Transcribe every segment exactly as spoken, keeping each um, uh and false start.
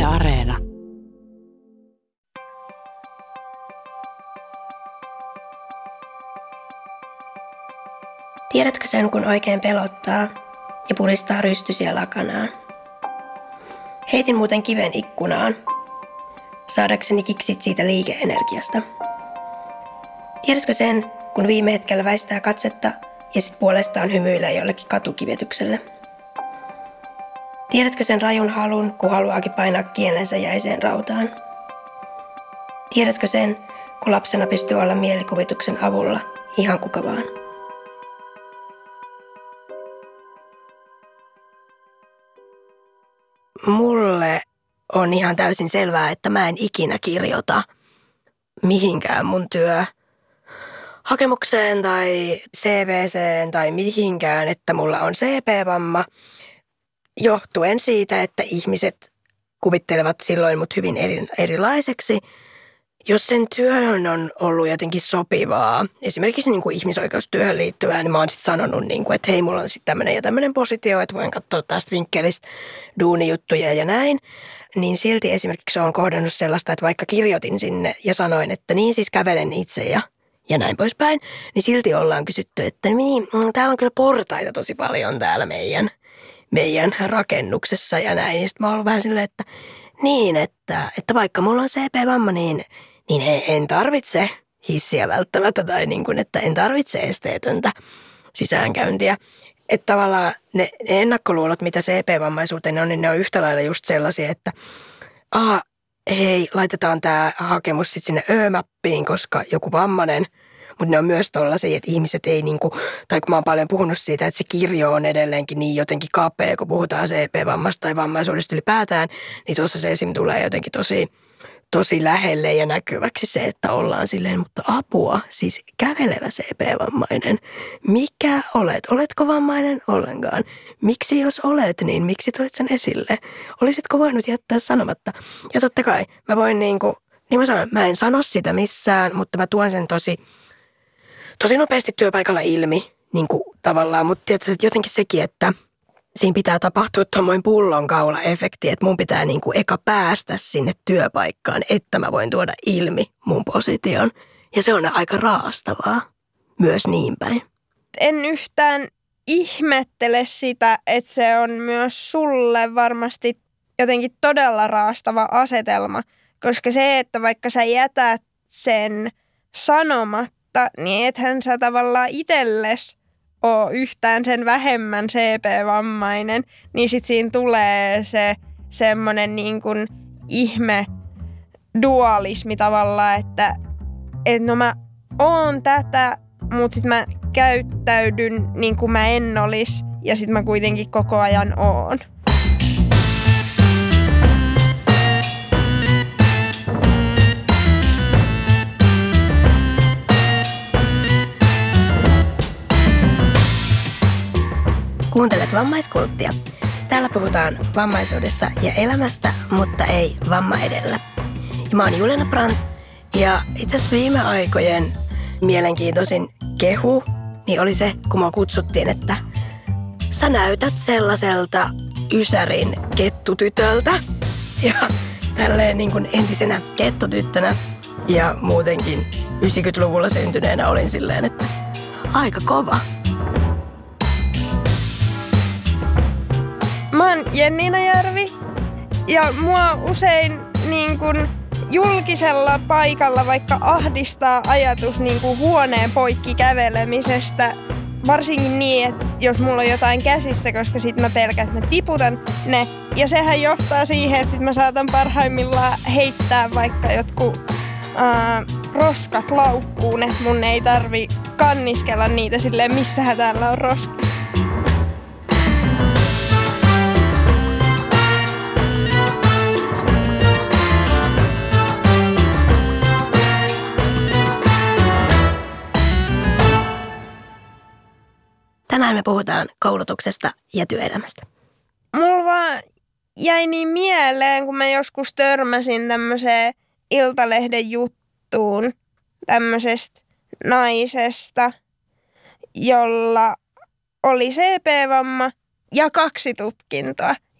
Areena. Tiedätkö sen, kun oikein pelottaa ja puristaa rystysiä lakanaan? Heitin muuten kiven ikkunaan, saadakseni kiksit siitä liike-energiasta. Tiedätkö sen, kun viime hetkellä väistää katsetta ja sit puolestaan hymyilee jollekin katukivetykselle? Tiedätkö sen rajun halun, kun haluaakin painaa kielensä jäiseen rautaan? Tiedätkö sen, kun lapsena pystyy olla mielikuvituksen avulla ihan kuka vaan? Mulle on ihan täysin selvää, että mä en ikinä kirjoita mihinkään mun työ hakemukseen tai C V:seen tai mihinkään, että mulla on C P-vamma, johtuen siitä, että ihmiset kuvittelevat silloin mut hyvin eri, erilaiseksi. Jos sen työn on ollut jotenkin sopivaa, esimerkiksi niin kuin ihmisoikeustyöhön liittyvää, niin mä oon sitten sanonut, niin kuin, että hei, mulla on sitten tämmöinen ja tämmöinen positio, että voin katsoa tästä vinkkelistä duunijuttuja ja näin. Niin silti esimerkiksi on kohdannut sellaista, että vaikka kirjoitin sinne ja sanoin, että niin siis kävelen itse ja, ja näin poispäin, niin silti ollaan kysytty, että niin, täällä on kyllä portaita tosi paljon täällä meidän, meidän rakennuksessa ja näin. Ja sitten mä oon ollut vähän silleen, että niin, että, että vaikka mulla on C P-vamma, niin niin en tarvitse hissiä välttämättä tai niin kuin, että en tarvitse esteetöntä sisäänkäyntiä. Että tavallaan ne, ne ennakkoluulot, mitä C P-vammaisuuteen on, niin ne on yhtä lailla just sellaisia, että aha, hei, laitetaan tämä hakemus sitten sinne Ö-mappiin, koska joku vammainen. Mutta ne on myös tollaisia, että ihmiset ei niinku, tai kun mä oon paljon puhunut siitä, että se kirjo on edelleenkin niin jotenkin kapea, kun puhutaan C P-vammasta tai vammaisuudesta ylipäätään, niin tuossa se esim. Tulee jotenkin tosi, tosi lähelle ja näkyväksi se, että ollaan silleen, mutta apua, siis kävelevä C P-vammainen. Mikä olet? Oletko vammainen ollenkaan? Miksi jos olet, niin miksi toit sen esille? Olisitko voinut jättää sanomatta? Ja totta kai, mä voin niinku, niin mä sanon, mä en sano sitä missään, mutta mä tuon sen tosi Tosi nopeasti työpaikalla ilmi, niin kuin tavallaan, mutta tietysti jotenkin sekin, että siinä pitää tapahtua tuommoinen pullonkaula-efekti, että mun pitää niin kuin eka päästä sinne työpaikkaan, että mä voin tuoda ilmi mun position. Ja se on aika raastavaa, myös niin päin. En yhtään ihmettele sitä, että se on myös sulle varmasti jotenkin todella raastava asetelma, koska se, että vaikka sä jätät sen sanomatta, niin ethän sä tavallaan itselles ole yhtään sen vähemmän C P-vammainen, niin sit siinä tulee se semmonen niin kuin ihme dualismi tavallaan, että et no mä oon tätä, mut sit mä käyttäydyn niin kuin mä en olis ja sit mä kuitenkin koko ajan oon. Kuuntelet Vammaiskulttia. Täällä puhutaan vammaisuudesta ja elämästä, mutta ei vamma edellä. Ja mä oon Juliana Brandt ja itse asiassa viime aikojen mielenkiintoisin kehu niin oli se, kun mua kutsuttiin, että sä näytät sellaiselta Ysärin kettutytöltä. Ja tälleen niin kuin entisenä kettutyttönä ja muutenkin yhdeksänkymmentäluvulla syntyneenä olin silleen, että aika kova. Mä oon Jenniina Järvi ja mua usein niin kun julkisella paikalla vaikka ahdistaa ajatus niin kun huoneen poikki kävelemisestä. Varsinkin niin, että jos mulla on jotain käsissä, koska sit mä pelkään, että mä tiputan ne. Ja sehän johtaa siihen, että sit mä saatan parhaimmillaan heittää vaikka jotkut ää, roskat laukkuun, että mun ei tarvi kanniskella niitä silleen, missähän täällä on roskas. Tänään me puhutaan koulutuksesta ja työelämästä. Mulla vaan jäi niin mieleen, kun mä joskus törmäsin tämmöiseen Iltalehden juttuun tämmöisestä naisesta, jolla oli C P-vamma ja kaksi tutkintoa.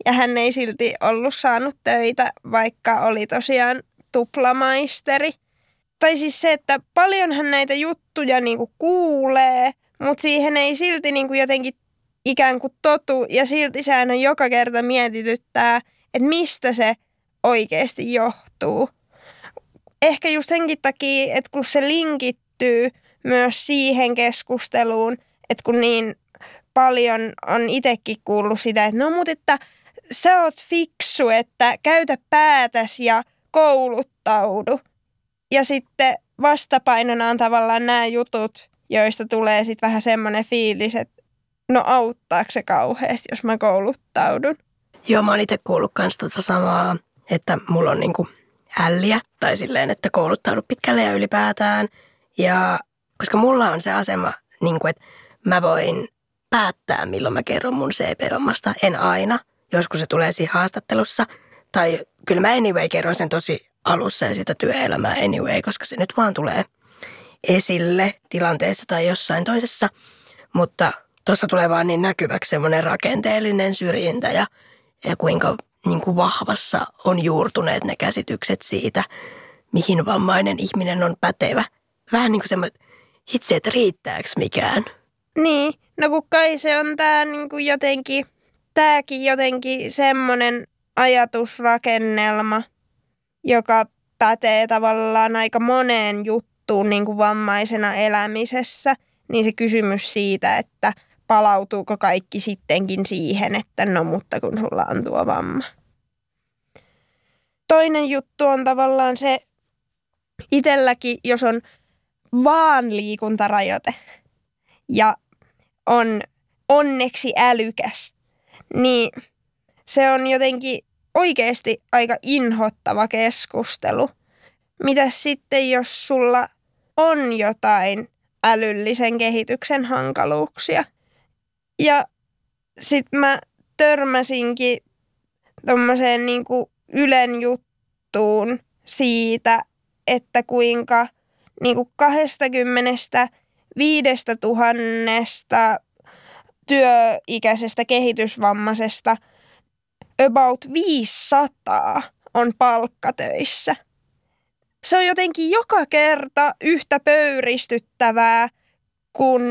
ja hän ei silti ollut saanut töitä, vaikka oli tosiaan tuplamaisteri. Tai siis se, että paljonhan näitä juttuja niinku kuulee, mutta siihen ei silti niinku jotenkin ikään kuin totu, ja silti se aina joka kerta mietityttää, että mistä se oikeasti johtuu. Ehkä just senkin takia, että kun se linkittyy myös siihen keskusteluun, että kun niin paljon on itsekin kuullut sitä, että no mut että sä oot fiksu, että käytä päätäs ja kouluttaudu. Ja sitten vastapainona on tavallaan nämä jutut, joista tulee sitten vähän semmoinen fiilis, että no auttaako se kauheasti, jos mä kouluttaudun? Joo, mä oon itse kuullut kans tota samaa, että mulla on niinku älliä tai silleen, että kouluttaudu pitkälle ja ylipäätään. Ja koska mulla on se asema, niinku, että mä voin päättää, milloin mä kerron mun C P-vammasta. En aina, joskus se tulee siinä haastattelussa. Tai kyllä mä anyway kerron sen tosi alussa ja sitä työelämää anyway, koska se nyt vaan tulee esille tilanteessa tai jossain toisessa. Mutta tuossa tulee vaan niin näkyväksi semmoinen rakenteellinen syrjintä ja, ja kuinka niin kuin vahvassa on juurtuneet ne käsitykset siitä, mihin vammainen ihminen on pätevä. Vähän niin kuin semmoinen, hitsi, että riittääkö mikään. Niin, no kun kai se on tää niin kuin jotenkin, tääkin jotenkin semmoinen ajatusrakennelma, joka pätee tavallaan aika moneen juttuun niin kuin vammaisena elämisessä, niin se kysymys siitä, että palautuuko kaikki sittenkin siihen, että no mutta kun sulla on tuo vamma. Toinen juttu on tavallaan se itselläkin, jos on vaan liikuntarajoite ja on onneksi älykäs, niin se on jotenkin oikeasti aika inhottava keskustelu. Mitäs sitten, jos sulla on jotain älyllisen kehityksen hankaluuksia? Ja sit mä törmäsinkin tommoseen niinku Ylen juttuun siitä, että kuinka niinku kaksikymmentäviisituhatta työikäisestä kehitysvammaisesta about viisisataa on palkkatöissä. Se on jotenkin joka kerta yhtä pöyristyttävää, kun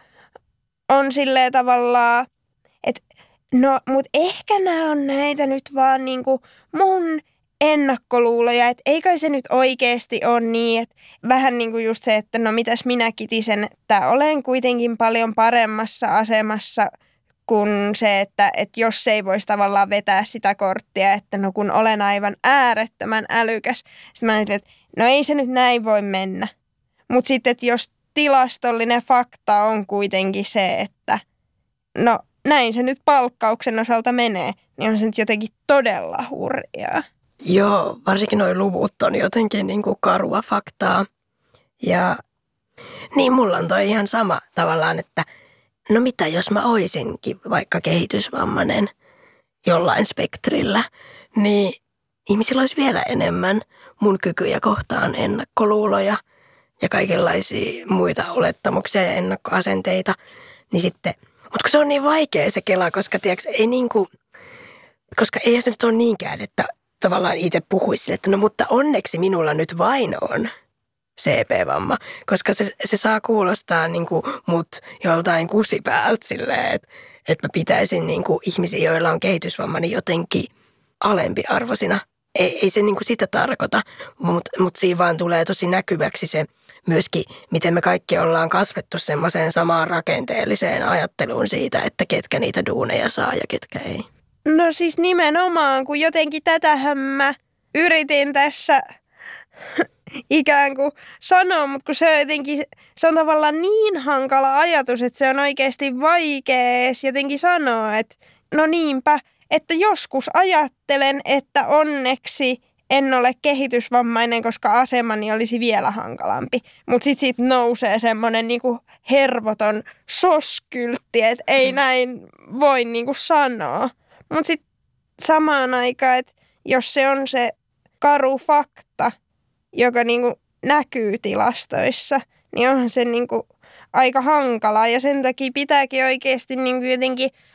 on silleen tavallaan, että no, mut ehkä nämä on näitä nyt vaan niinku mun ennakkoluuloja, että eikö se nyt oikeasti ole niin, että vähän niin kuin just se, että no mitäs minä kitisen, että olen kuitenkin paljon paremmassa asemassa kuin se, että, että jos ei voisi tavallaan vetää sitä korttia, että no kun olen aivan äärettömän älykäs. Sitten mä ajattelin, että no ei se nyt näin voi mennä. Mutta sitten, että jos tilastollinen fakta on kuitenkin se, että no näin se nyt palkkauksen osalta menee, niin on se nyt jotenkin todella hurjaa. Joo, varsinkin nuo luvut on jotenkin niin kuin karua faktaa. Ja niin mulla on toi ihan sama tavallaan, että no mitä jos mä oisinkin vaikka kehitysvammainen jollain spektrillä, niin ihmisillä olisi vielä enemmän mun kykyjä kohtaan ennakkoluuloja ja kaikenlaisia muita olettamuksia ja ennakkoasenteita. Niin sitten, mutta se on niin vaikea se kela, koska tiiäks, ei niinku, koska eihän se nyt ole niinkään, että tavallaan itse puhuisi sille, että no mutta onneksi minulla nyt vain on C P-vamma, koska se, se saa kuulostaa niin kuin mut joltain kusipäältä silleen, että, että mä pitäisin niin kuin ihmisiä, joilla on kehitysvamma, niin jotenkin alempiarvoisina. Ei, ei se niin kuin sitä tarkoita, mutta mut siinä vaan tulee tosi näkyväksi se myöskin, miten me kaikki ollaan kasvettu semmoiseen samaan rakenteelliseen ajatteluun siitä, että ketkä niitä duuneja saa ja ketkä ei. No siis nimenomaan, kun jotenkin tätähän mä yritin tässä ikään kuin sanoa, mutta kun se on jotenkin, se on tavallaan niin hankala ajatus, että se on oikeasti vaikea edes jotenkin sanoa, että no niinpä, että joskus ajattelen, että onneksi en ole kehitysvammainen, koska asemani olisi vielä hankalampi. Mutta sitten siitä nousee semmoinen niinku hervoton soskyltti, että ei näin voi niinku sanoa. Mutta sitten samaan aikaan, että jos se on se karu fakta, joka niinku näkyy tilastoissa, niin onhan se niinku aika hankalaa. Ja sen takia pitääkin oikeasti niinku jotenkin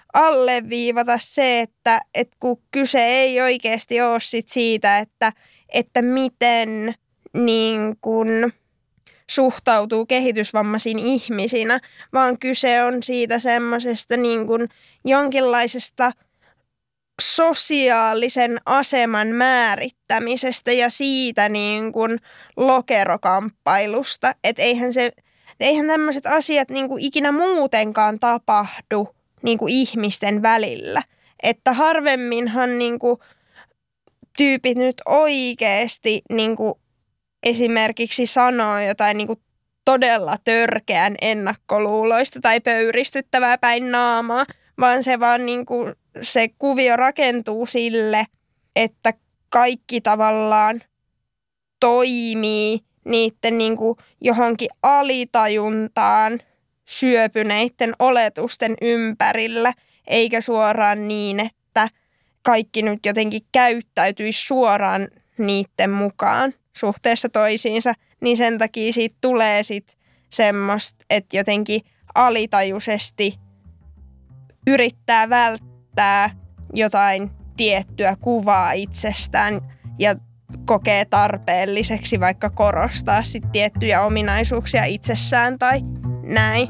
alleviivata se, että et kun kyse ei oikeasti ole sit siitä, että, että miten niin kun suhtautuu kehitysvammaisiin ihmisinä, vaan kyse on siitä semmoisesta niin kun jonkinlaisesta sosiaalisen aseman määrittämisestä ja siitä niin kuin lokerokamppailusta. Että eihän, se, eihän tämmöiset asiat niin kuin ikinä muutenkaan tapahdu niin kuin ihmisten välillä. Että harvemminhan niin kuin tyypit nyt oikeasti niin kuin esimerkiksi sanoo jotain niin kuin todella törkeän ennakkoluuloista tai pöyristyttävää päin naamaa, vaan se vaan niin kuin se kuvio rakentuu sille, että kaikki tavallaan toimii niiden niin kuin johonkin alitajuntaan syöpyneiden oletusten ympärillä, eikä suoraan niin, että kaikki nyt jotenkin käyttäytyisi suoraan niiden mukaan suhteessa toisiinsa, niin sen takia siitä tulee sitten semmoista, että jotenkin alitajuisesti yrittää välttää jotain tiettyä kuvaa itsestään ja kokee tarpeelliseksi vaikka korostaa sit tiettyjä ominaisuuksia itsessään tai näin.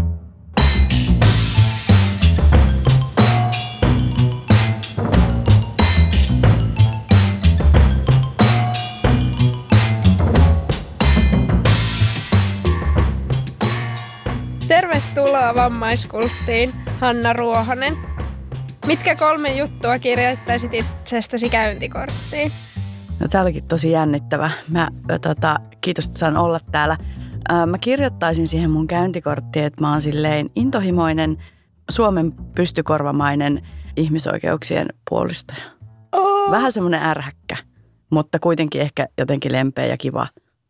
Tervetuloa Vammaiskulttiin, Hanna Ruohonen. Mitkä kolme juttua kirjoittaisit itsestäsi käyntikorttiin? No tää olikin tosi jännittävä. Mä, tota, kiitos, että saan olla täällä. Ää, mä kirjoittaisin siihen mun käyntikorttiin, että mä oon silleen intohimoinen, Suomen pystykorvamainen ihmisoikeuksien puolustaja. Oh. Vähän semmoinen ärhäkkä, mutta kuitenkin ehkä jotenkin lempeä ja kiva.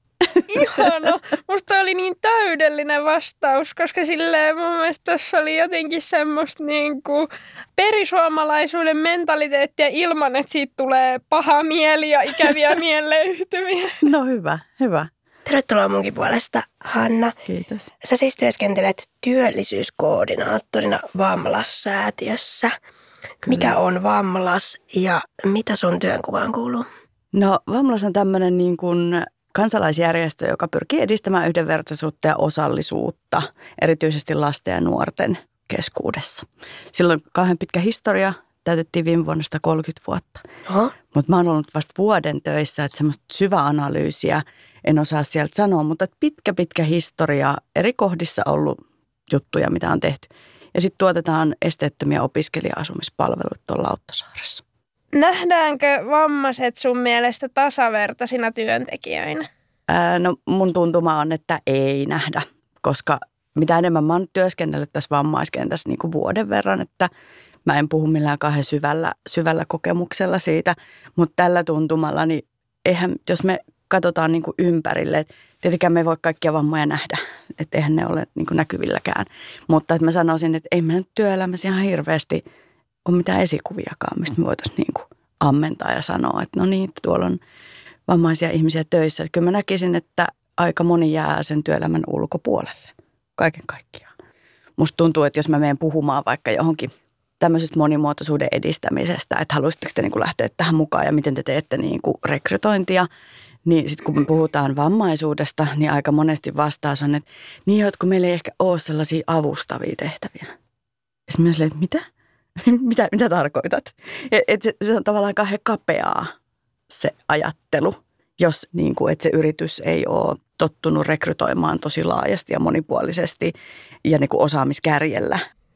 Ihana. Musta oli niin täydellinen vastaus, koska silleen mun mielestä tuossa oli jotenkin semmoista niinku perisuomalaisuuden mentaliteettia ilman, että siitä tulee paha mieli ja ikäviä mieleyhtymiä. No hyvä, hyvä. Tervetuloa munkin puolesta, Hanna. Kiitos. Sä siis työskentelet työllisyyskoordinaattorina Vamlas-säätiössä. Kyllä. Mikä on Vamlas ja mitä sun työnkuvaan kuuluu? No Vamlas on tämmöinen niin kuin kansalaisjärjestö, joka pyrkii edistämään yhdenvertaisuutta ja osallisuutta, erityisesti lasten ja nuorten keskuudessa. Sillä on kauhean pitkä historia, täytettiin viime vuonna sitä kolmekymmentä vuotta. Mutta mä oon ollut vasta vuoden töissä, että semmoista syväanalyysiä en osaa sieltä sanoa, mutta pitkä pitkä historia, eri kohdissa ollut juttuja, mitä on tehty. Ja sitten tuotetaan esteettömiä opiskelija-asumispalveluita tuolla Lauttasaaressa. Nähdäänkö vammaiset sun mielestä tasavertaisina työntekijöinä? Ää, no mun tuntuma on, että ei nähdä, koska mitä enemmän mä oon työskennellyt tässä vammaiskentässä niin kuin vuoden verran, että mä en puhu millään kahden syvällä, syvällä kokemuksella siitä, mutta tällä tuntumalla, niin eihän, jos me katsotaan niin kuin ympärille, että tietenkään me ei voi kaikkia vammoja nähdä, että eihän ne ole niin kuin näkyvilläkään, mutta että mä sanoisin, että ei meillä nyt työelämässä ihan hirveästi ole mitään esikuviakaan, mistä me voitaisiin niin kuin ammentaa ja sanoa, että no niin, tuolla on vammaisia ihmisiä töissä. Että kyllä mä näkisin, että aika moni jää sen työelämän ulkopuolelle kaiken kaikkiaan. Musta tuntuu, että jos mä menen puhumaan vaikka johonkin tämmöisestä monimuotoisuuden edistämisestä, että haluaisitteko te niin kuin lähteä tähän mukaan ja miten te teette niin kuin rekrytointia, niin sitten kun me puhutaan vammaisuudesta, niin aika monesti vastaus on, että niin, että kun meillä ei ehkä ole sellaisia avustavia tehtäviä. Ja sitten mä sanoin, että mitä? Mitä, mitä tarkoitat? Et se, se on tavallaan kauhean kapeaa se ajattelu, jos niin kuin, että se yritys ei ole tottunut rekrytoimaan tosi laajasti ja monipuolisesti ja niin kuin osaamiskärjellä.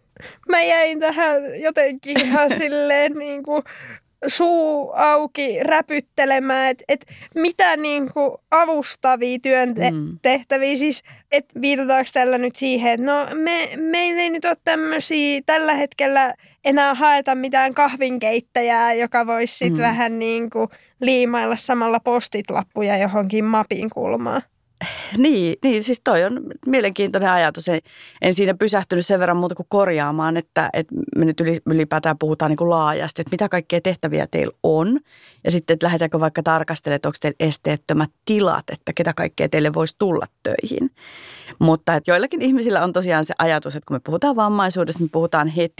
Mä jäin tähän jotenkin ihan silleen niin kuin suu auki räpyttelemään, että et mitä niin kuin avustavia työntehtäviä, mm. siis että viitataanko tällä nyt siihen, että no me, meillä ei nyt ole tämmöisiä tällä hetkellä enää haeta mitään kahvinkeittäjää, joka voisi sitten mm. vähän niin kuin liimailla samalla postit-lappuja johonkin mapin kulmaan. Niin, niin, siis toi on mielenkiintoinen ajatus. En siinä pysähtynyt sen verran muuta kuin korjaamaan, että, että me nyt ylipäätään puhutaan niin kuin laajasti, että mitä kaikkea tehtäviä teillä on. Ja sitten, että lähdetäänkö vaikka tarkastelemaan, että onko teillä esteettömät tilat, että ketä kaikkea teille voisi tulla töihin. Mutta että joillakin ihmisillä on tosiaan se ajatus, että kun me puhutaan vammaisuudesta, me puhutaan heti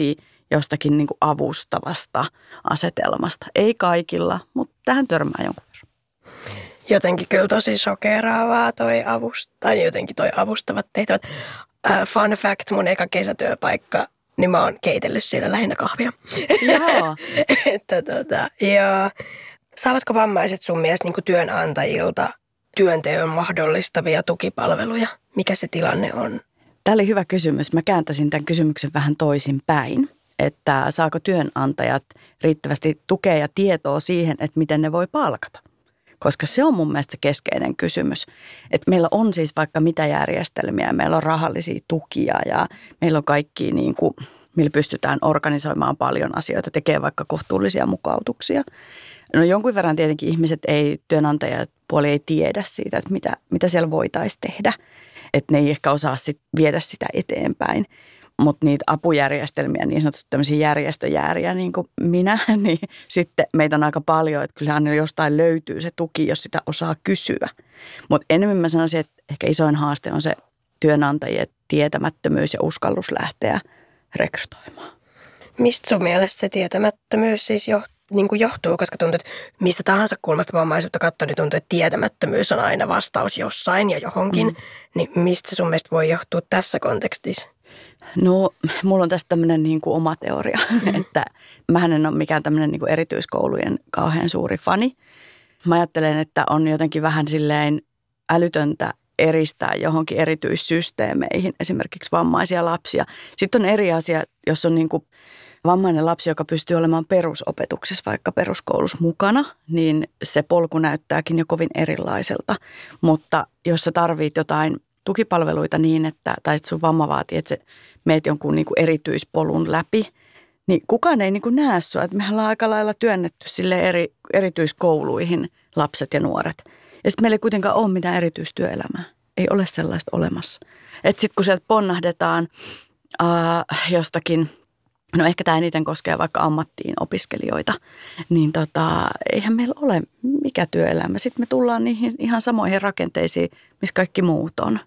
jostakin niin kuin avustavasta asetelmasta. Ei kaikilla, mutta tähän törmää jonkun verran. Jotenkin kyllä tosi shokeraavaa toi avust, tai jotenkin toi avustavat tehtävät. Uh, fun fact, mun eka kesätyöpaikka, niin mä oon keitellyt siellä lähinnä kahvia. Joo. Että tota, ja saavatko vammaiset sun mielestä niin kuin työnantajilta työnteon mahdollistavia tukipalveluja? Mikä se tilanne on? Tämä oli hyvä kysymys. Mä kääntäisin tämän kysymyksen vähän toisin päin, että saako työnantajat riittävästi tukea ja tietoa siihen, että miten ne voi palkata. Koska se on mun mielestä se keskeinen kysymys. Että meillä on siis vaikka mitä järjestelmiä, meillä on rahallisia tukia ja meillä on kaikki, niin kuin, millä pystytään organisoimaan paljon asioita, tekee vaikka kohtuullisia mukautuksia. No jonkun verran tietenkin ihmiset ei, työnantajapuoli ei tiedä siitä, että mitä, mitä siellä voitaisiin tehdä. Että ne ei ehkä osaa sit viedä sitä eteenpäin. Mutta niitä apujärjestelmiä, niin sanotusti tämmöisiä järjestöjääriä niin kuin minä, niin sitten meitä on aika paljon, että kyllähän ne jostain löytyy se tuki, jos sitä osaa kysyä. Mutta enemmän mä sanoisin, että ehkä isoin haaste on se työnantajien tietämättömyys ja uskallus lähteä rekrytoimaan. Mistä sun mielestä se tietämättömyys siis jo, niin kuin johtuu? Koska tuntuu, että mistä tahansa kulmasta vammaisuutta katsoo, niin tuntuu, että tietämättömyys on aina vastaus jossain ja johonkin. Mm. Niin mistä se sun mielestä voi johtua tässä kontekstissa? No, mulla on tästä tämmöinen niin kuin oma teoria, mm. että mähän en ole mikään tämmöinen niin kuin erityiskoulujen kauhean suuri fani. Mä ajattelen, että on jotenkin vähän silleen älytöntä eristää johonkin erityissysteemeihin, esimerkiksi vammaisia lapsia. Sitten on eri asia, jos on niin kuin vammainen lapsi, joka pystyy olemaan perusopetuksessa, vaikka peruskoulussa mukana, niin se polku näyttääkin jo kovin erilaiselta. Mutta jos sä tarvit jotain tukipalveluita niin, että, tai sun vamma vaatii, että sä meet jonkun niin kuin erityispolun läpi, niin kukaan ei niin kuin näe sua. Että mehän ollaan aika lailla työnnetty sille eri, erityiskouluihin lapset ja nuoret. Ja sitten meillä ei kuitenkaan ole mitään erityistyöelämää. Ei ole sellaista olemassa. Että sitten kun sieltä ponnahdetaan äh, jostakin, no ehkä tämä eniten koskee vaikka ammattiin opiskelijoita, niin tota, eihän meillä ole mikä työelämä. Sitten me tullaan niihin ihan samoihin rakenteisiin, missä kaikki muut on.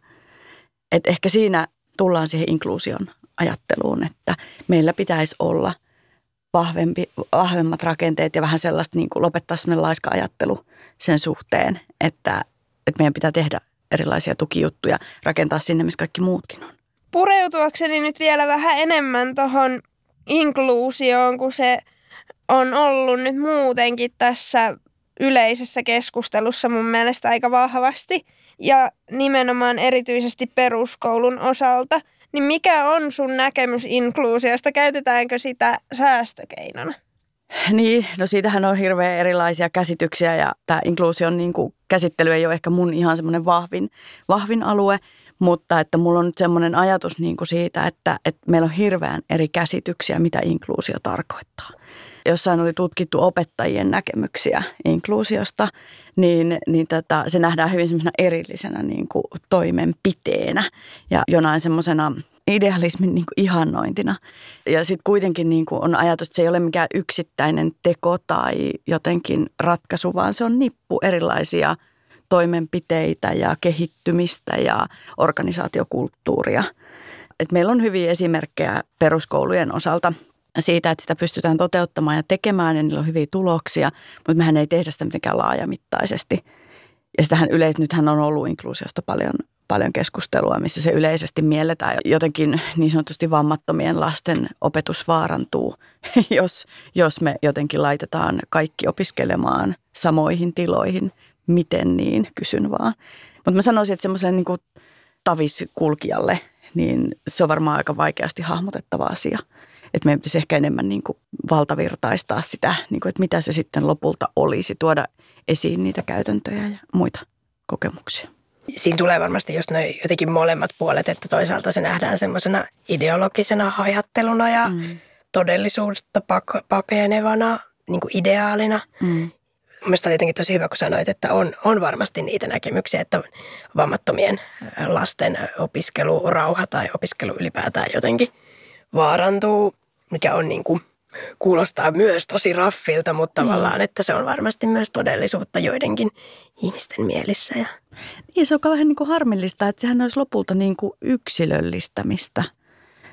Et ehkä siinä tullaan siihen inkluusion ajatteluun, että meillä pitäisi olla vahvempi, vahvemmat rakenteet ja vähän sellaista niin kuin lopettaa sellainen laiska ajattelu sen suhteen, että, että meidän pitää tehdä erilaisia tukijuttuja, rakentaa sinne, missä kaikki muutkin on. Pureutuakseni nyt vielä vähän enemmän tuohon inkluusioon, kun se on ollut nyt muutenkin tässä yleisessä keskustelussa mun mielestä aika vahvasti ja nimenomaan erityisesti peruskoulun osalta, niin mikä on sun näkemys inkluusiosta? Käytetäänkö sitä säästökeinona? Niin, no siitähän on hirveän erilaisia käsityksiä ja tämä inkluusion niin kuin käsittely ei ole ehkä mun ihan semmoinen vahvin, vahvin alue, mutta että mulla on nyt semmoinen ajatus niin kuin siitä, että, että meillä on hirveän eri käsityksiä, mitä inkluusio tarkoittaa. Jossain oli tutkittu opettajien näkemyksiä inkluusiosta, niin, niin tota, se nähdään hyvin semmoisena erillisenä niin kuin toimenpiteenä ja jonain semmoisena idealismin niin kuin ihannointina. Ja sitten kuitenkin niin kuin on ajatus, että se ei ole mikään yksittäinen teko tai jotenkin ratkaisu, vaan se on nippu erilaisia toimenpiteitä ja kehittymistä ja organisaatiokulttuuria. Et meillä on hyviä esimerkkejä peruskoulujen osalta siitä, että sitä pystytään toteuttamaan ja tekemään ja niillä on hyviä tuloksia, mutta mehän ei tehdä sitä mitenkään laajamittaisesti. Ja sitähän yleisesti, nythän on ollut inkluusiosta paljon, paljon keskustelua, missä se yleisesti mielletään. Jotenkin niin sanotusti vammattomien lasten opetus vaarantuu, jos, jos me jotenkin laitetaan kaikki opiskelemaan samoihin tiloihin. Miten niin, kysyn vaan. Mutta mä sanoisin, että semmoiselle niin kuin taviskulkijalle, niin se on varmaan aika vaikeasti hahmotettava asia. Että meidän pitäisi ehkä enemmän niin kuin valtavirtaistaa sitä, niin kuin, että mitä se sitten lopulta olisi, tuoda esiin niitä käytäntöjä ja muita kokemuksia. Siinä tulee varmasti just noin jotenkin molemmat puolet, että toisaalta se nähdään semmoisena ideologisena ajatteluna ja mm. todellisuudesta pakenevana niin kuin ideaalina. Mm. Mielestäni oli jotenkin tosi hyvä, kun sanoit, että on, on varmasti niitä näkemyksiä, että vammattomien lasten opiskelurauha tai opiskelu ylipäätään jotenkin vaarantuu, mikä on niin kuin, kuulostaa myös tosi raffilta, mutta mm. tavallaan, että se on varmasti myös todellisuutta joidenkin ihmisten mielissä. Ja niin, se on vähän niin kuin harmillista, että sehän olisi lopulta niin kuin yksilöllistämistä.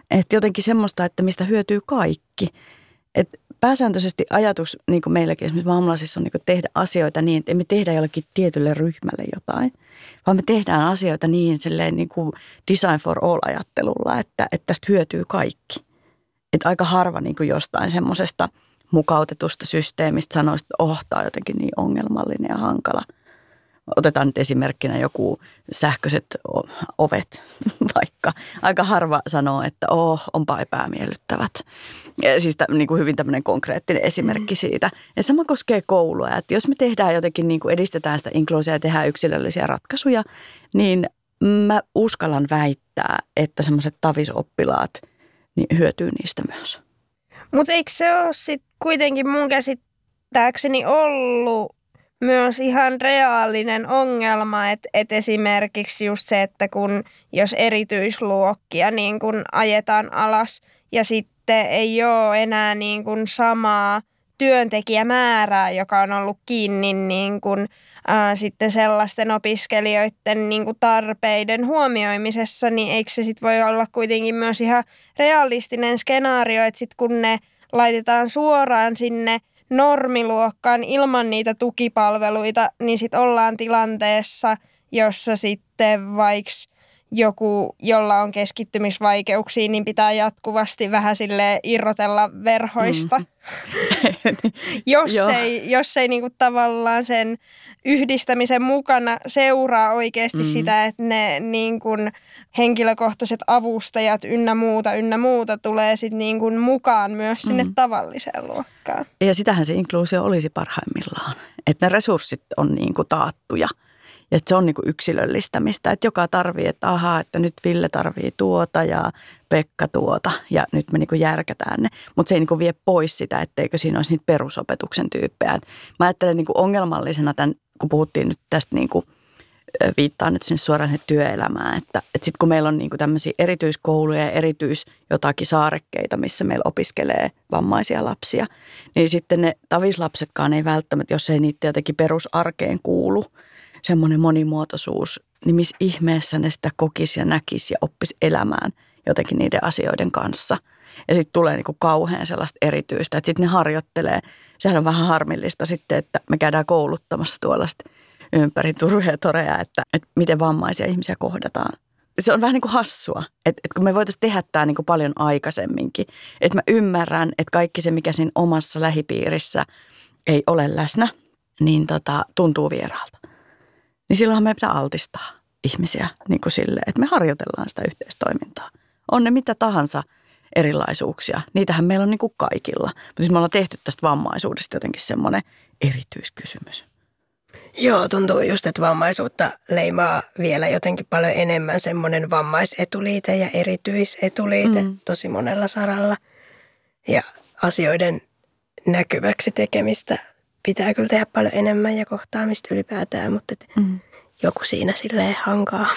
Että jotenkin semmoista, että mistä hyötyy kaikki. Et pääsääntöisesti ajatus niin kuin meilläkin esimerkiksi vammaisissa on niin kuin tehdä asioita niin, että emme tehdä jollekin tietylle ryhmälle jotain, vaan me tehdään asioita niin, niin kuin design for all -ajattelulla, että, että tästä hyötyy kaikki. Että aika harva niin kuin jostain semmoisesta mukautetusta systeemistä sanoisi, että oh, tämä on jotenkin niin ongelmallinen ja hankala. Otetaan nyt esimerkkinä joku sähköiset ovet vaikka. Aika harva sanoo, että oh, onpa epämiellyttävät. Ja siis t- niin kuin hyvin tämmöinen konkreettinen esimerkki siitä. Ja sama koskee koulua. Että jos me tehdään jotenkin, niin kuin edistetään sitä inkluusia ja tehdään yksilöllisiä ratkaisuja, niin mä uskallan väittää, että semmoiset tavisoppilaat niin hyötyy niistä myös. Mutta eikö se ole sitten kuitenkin mun käsittääkseni ollut myös ihan reaalinen ongelma, että et esimerkiksi just se, että kun jos erityisluokkia niin kun ajetaan alas ja sitten ei ole enää niin kun samaa työntekijämäärää, joka on ollut kiinni niin kun, ää, sitten sellaisten opiskelijoiden niin kun tarpeiden huomioimisessa, niin eikö se sitten voi olla kuitenkin myös ihan realistinen skenaario, että sitten kun ne laitetaan suoraan sinne normiluokkaan ilman niitä tukipalveluita, niin sitten ollaan tilanteessa, jossa sitten vaikka joku, jolla on keskittymisvaikeuksia, niin pitää jatkuvasti vähän silleen irrotella verhoista. Mm. jos, ei, jos ei niinku tavallaan sen yhdistämisen mukana seuraa oikeasti mm. sitä, että ne niinku henkilökohtaiset avustajat ynnä muuta, ynnä muuta tulee sitten niinku mukaan myös sinne mm. tavalliseen luokkaan. Ja sitähän se inkluusio olisi parhaimmillaan, että ne resurssit on niinku taattuja. Ja se on niinku yksilöllistämistä, että joka tarvii, että ahaa, että nyt Ville tarvii tuota ja Pekka tuota ja nyt me niinku järkätään ne. Mutta se ei niinku vie pois sitä, etteikö siinä olisi niitä perusopetuksen tyyppejä. Et mä ajattelen niinku ongelmallisena tämän, kun puhuttiin nyt tästä, niinku, viittaan nyt sinne suoraan sinne työelämään, että, että sitten kun meillä on niinku tämmöisiä erityiskouluja ja erityis jotakin saarekkeita, missä meillä opiskelee vammaisia lapsia, niin sitten ne tavislapsetkaan ei välttämättä, jos ei niitä jotenkin perusarkeen kuulu, semmoinen monimuotoisuus, niin missä ihmeessä ne sitä kokisi ja näkisi ja oppisi elämään jotenkin niiden asioiden kanssa. Ja sitten tulee niinku kauhean sellaista erityistä, että sitten ne harjoittelee. Sehän on vähän harmillista sitten, että me käydään kouluttamassa tuolla ympäri Turuja ja Toreja, että, että miten vammaisia ihmisiä kohdataan. Se on vähän niin kuin hassua, että, että kun me voitaisiin tehdä tämä niin kuin paljon aikaisemminkin. Että mä ymmärrän, että kaikki se, mikä siinä omassa lähipiirissä ei ole läsnä, niin tota, tuntuu vieraalta. Niin silloinhan meidän pitää altistaa ihmisiä niin kuin silleen, että me harjoitellaan sitä yhteistoimintaa. On ne mitä tahansa erilaisuuksia. Niitähän meillä on niin kuin kaikilla. Mutta siis me ollaan tehty tästä vammaisuudesta jotenkin semmoinen erityiskysymys. Joo, tuntuu just, että vammaisuutta leimaa vielä jotenkin paljon enemmän semmoinen vammaisetuliite ja erityisetuliite mm. tosi monella saralla. Ja asioiden näkyväksi tekemistä pitää kyllä tehdä paljon enemmän ja kohtaamista ylipäätään, mutta mm. joku siinä silleen hankaa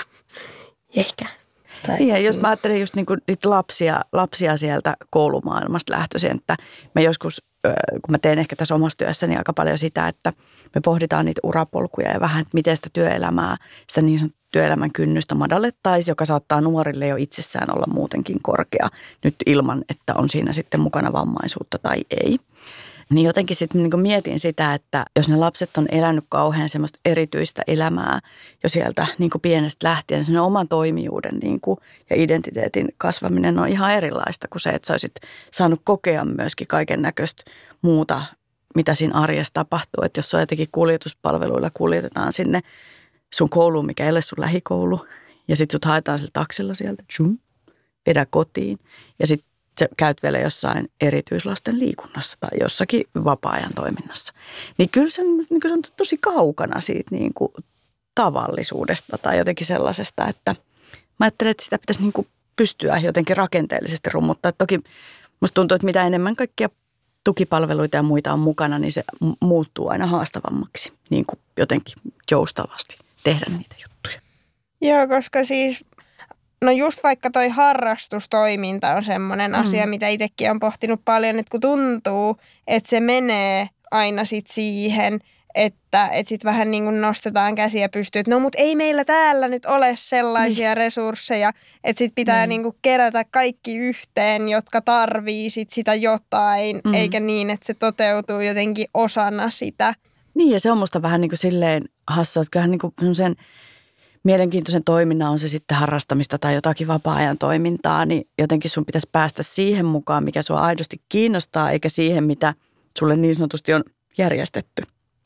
ehkä. Tai, ja jos mä ajattelen just niinku niitä lapsia, lapsia sieltä koulumaailmasta lähtöisin, että mä joskus, kun mä teen ehkä tässä omassa työssäni aika paljon sitä, että me pohditaan niitä urapolkuja ja vähän, että miten sitä työelämää, sitä niin sanottua työelämän kynnystä madallettaisiin, joka saattaa nuorille jo itsessään olla muutenkin korkea nyt ilman, että on siinä sitten mukana vammaisuutta tai ei. Niin jotenkin sitten niin mietin sitä, että jos ne lapset on elänyt kauhean semmoista erityistä elämää jo sieltä niin pienestä lähtien, semmoinen oman toimijuuden niin ja identiteetin kasvaminen on ihan erilaista kuin se, että sä olisit saanut kokea myöskin kaiken näköistä muuta, mitä siinä arjessa tapahtuu. Että jos on jotenkin kuljetuspalveluilla kuljetetaan sinne sun kouluun, mikä ei ole sun lähikoulu, ja sitten sut haetaan sillä taksilla sieltä, tjum, vedä kotiin, ja sitten sä käyt vielä jossain erityislasten liikunnassa tai jossakin vapaa-ajan toiminnassa. Niin kyllä se, niin se on tosi kaukana siitä niin kuin tavallisuudesta tai jotenkin sellaisesta, että mä ajattelen, että sitä pitäisi niin kuin pystyä jotenkin rakenteellisesti rummuttaa. Toki musta tuntuu, että mitä enemmän kaikkia tukipalveluita ja muita on mukana, niin se muuttuu aina haastavammaksi niin kuin jotenkin joustavasti tehdä niitä juttuja. Joo, koska siis no just vaikka toi harrastustoiminta on semmoinen mm. asia, mitä itsekin on pohtinut paljon, että kun tuntuu, että se menee aina sit siihen, että et sitten vähän niin kuin nostetaan käsiä pystyyn, että no mut ei meillä täällä nyt ole sellaisia niin. resursseja, että sitten pitää niin. niin kuin kerätä kaikki yhteen, jotka tarvii sit sitä jotain, mm. eikä niin, että se toteutuu jotenkin osana sitä. Niin ja se on musta vähän niin kuin silleen hassua, että kyllähän niin kuin semmoisen mielenkiintoisen toiminnan on se sitten harrastamista tai jotakin vapaa-ajan toimintaa, niin jotenkin sun pitäisi päästä siihen mukaan, mikä sua aidosti kiinnostaa, eikä siihen, mitä sulle niin sanotusti on järjestetty.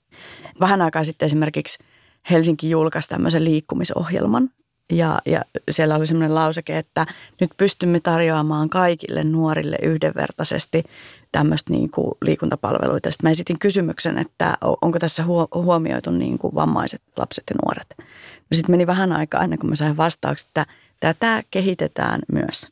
Vähän aikaa sitten esimerkiksi Helsinki julkaisi tämmöisen liikkumisohjelman ja, ja siellä oli semmoinen lauseke, että nyt pystymme tarjoamaan kaikille nuorille yhdenvertaisesti tämmöistä niin kuin liikuntapalveluita. Sitten mä esitin kysymyksen, että onko tässä huomioitu niin kuin vammaiset lapset ja nuoret. Sitten meni vähän aikaa ennen kuin mä sain vastauksen, että tätä kehitetään myös.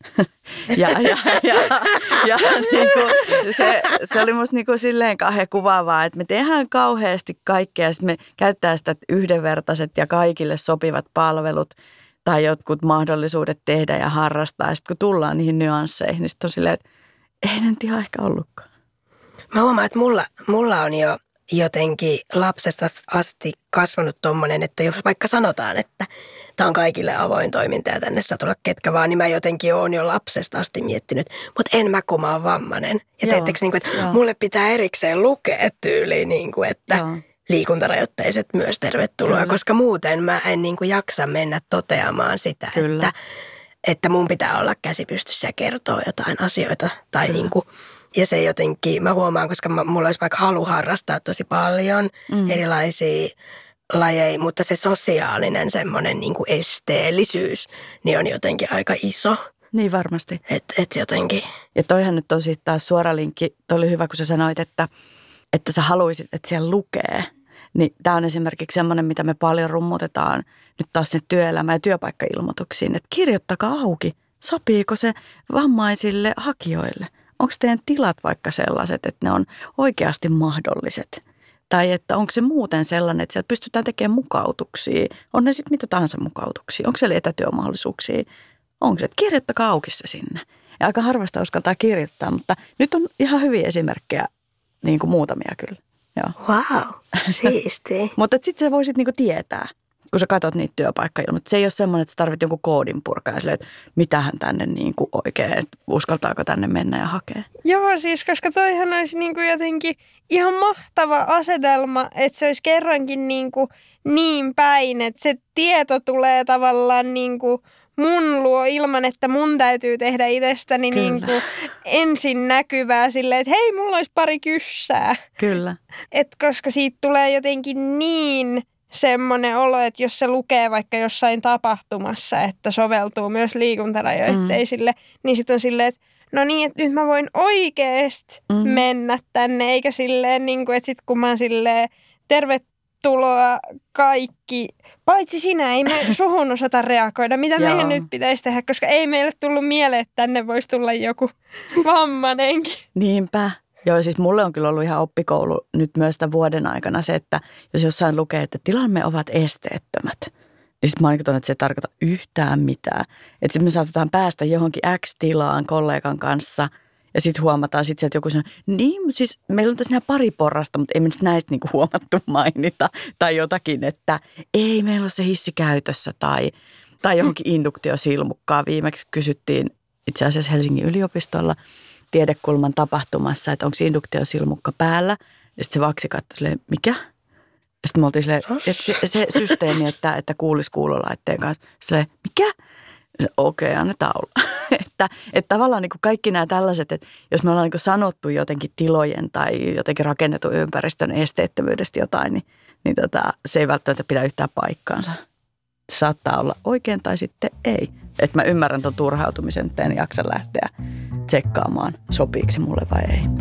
ja ja, ja, ja niin kuin se, se oli musta niin kuin silleen kauhean kuvaavaa, että me tehdään kauheasti kaikkea ja me käyttää sitä yhdenvertaiset ja kaikille sopivat palvelut tai jotkut mahdollisuudet tehdä ja harrastaa. Ja sitten kun tullaan niihin nyansseihin, niin sitten on silleen, että ei nyt ihan ehkä ollutkaan. Mä huomaan, että mulla, mulla on jo jotenkin lapsesta asti kasvanut tommonen, että jos vaikka sanotaan, että tämä on kaikille avoin toiminta ja tänne saa tulla ketkä vaan, niin mä jotenkin oon jo lapsesta asti miettinyt, mutta en mä kun mä oon vammainen. Ja teettekö niin kuin, että joo. mulle pitää erikseen lukea tyyliin, niin kuin, että joo. liikuntarajoitteiset myös tervetuloa, kyllä. koska muuten mä en niin kuin jaksa mennä toteamaan sitä, että, että mun pitää olla käsi pystyssä ja kertoa jotain asioita tai kyllä. niin kuin, ja se jotenkin, mä huomaan, koska mä, mulla olisi vaikka halu harrastaa tosi paljon mm. erilaisia lajeja, mutta se sosiaalinen semmoinen niin kuin esteellisyys, niin on jotenkin aika iso. Niin varmasti. Että et jotenkin. Ja toihan nyt on sitten taas suora linkki, toi oli hyvä, kun sä sanoit, että, että sä haluisit, että siellä lukee. Niin tämä on esimerkiksi semmoinen, mitä me paljon rummutetaan nyt taas sinne työelämä- ja työpaikkailmoituksiin, että kirjoittakaa auki, sopiiko se vammaisille hakijoille. Onko teidän tilat vaikka sellaiset, että ne on oikeasti mahdolliset? Tai että onko se muuten sellainen, että sieltä pystytään tekemään mukautuksia? On ne sitten mitä tahansa mukautuksia? Onko siellä etätyömahdollisuuksia? Onko se, että kirjoittakaa auki se sinne? Ja aika harvasta uskaltaa kirjoittaa, mutta nyt on ihan hyviä esimerkkejä, niin kuin muutamia kyllä. Joo. Wow, siistiä. Mutta sitten sä voisit niinku tietää, kun sä katsot niitä työpaikkailmoja. Se ei ole semmoinen, että sä tarvitset jonkun koodin purkaa ja silleen, että mitähän tänne niinku oikein, että uskaltaako tänne mennä ja hakea. Joo, siis koska toihan olisi niinku jotenkin ihan mahtava asetelma, että se olisi kerrankin niinku niin päin, että se tieto tulee tavallaan niinku mun luo ilman, että mun täytyy tehdä itsestäni niinku ensin näkyvää silleen, että hei, mulla olisi pari kyssää. Kyllä. Et koska siitä tulee jotenkin niin semmoinen olo, että jos se lukee vaikka jossain tapahtumassa, että soveltuu myös liikuntarajoitteisille, mm. niin sitten on silleen, että no niin, että nyt mä voin oikeasti mm. mennä tänne, eikä silleen, niin kuin, että sitten kun mä oon silleen, tervetuloa kaikki, paitsi sinä, ei me suhun osata reagoida, mitä meidän nyt pitäisi tehdä, koska ei meille tullut mieleen, että tänne voisi tulla joku vammanenkin. Niinpä. Joo, siis mulle on kyllä ollut ihan oppikoulu nyt myös tämän vuoden aikana se, että jos jossain lukee, että tilamme ovat esteettömät, niin sitten mä oon että se ei tarkoita yhtään mitään. Että sitten me saatetaan päästä johonkin X-tilaan kollegan kanssa ja sitten huomataan sitten että joku sanoo, niin siis meillä on tässä nämä pari porrasta, mutta ei me nyt näistä niinku huomattu mainita tai jotakin, että ei meillä ole se hissi käytössä tai, tai johonkin induktiosilmukkaa. Viimeksi kysyttiin itse asiassa Helsingin yliopistolla tiedekulman tapahtumassa, että onko induktiosilmukka päällä. Ja sitten se vaksi katsoi silleen, mikä? Ja sitten me oltiin silleen, että se, se systeemi, että, että kuulisi kuulolaitteen kanssa. Silleen, mikä? Okei, okay, annetaan olla. että, että tavallaan niin kuin kaikki nämä tällaiset, että jos me ollaan niin kuin sanottu jotenkin tilojen tai jotenkin rakennetun ympäristön esteettömyydestä jotain, niin, niin tota, se ei välttämättä pidä yhtään paikkaansa. Se saattaa olla oikein tai sitten ei. Että mä ymmärrän ton turhautumisen, että en jaksa lähteä tsekkaamaan, sopiiko se mulle vai ei.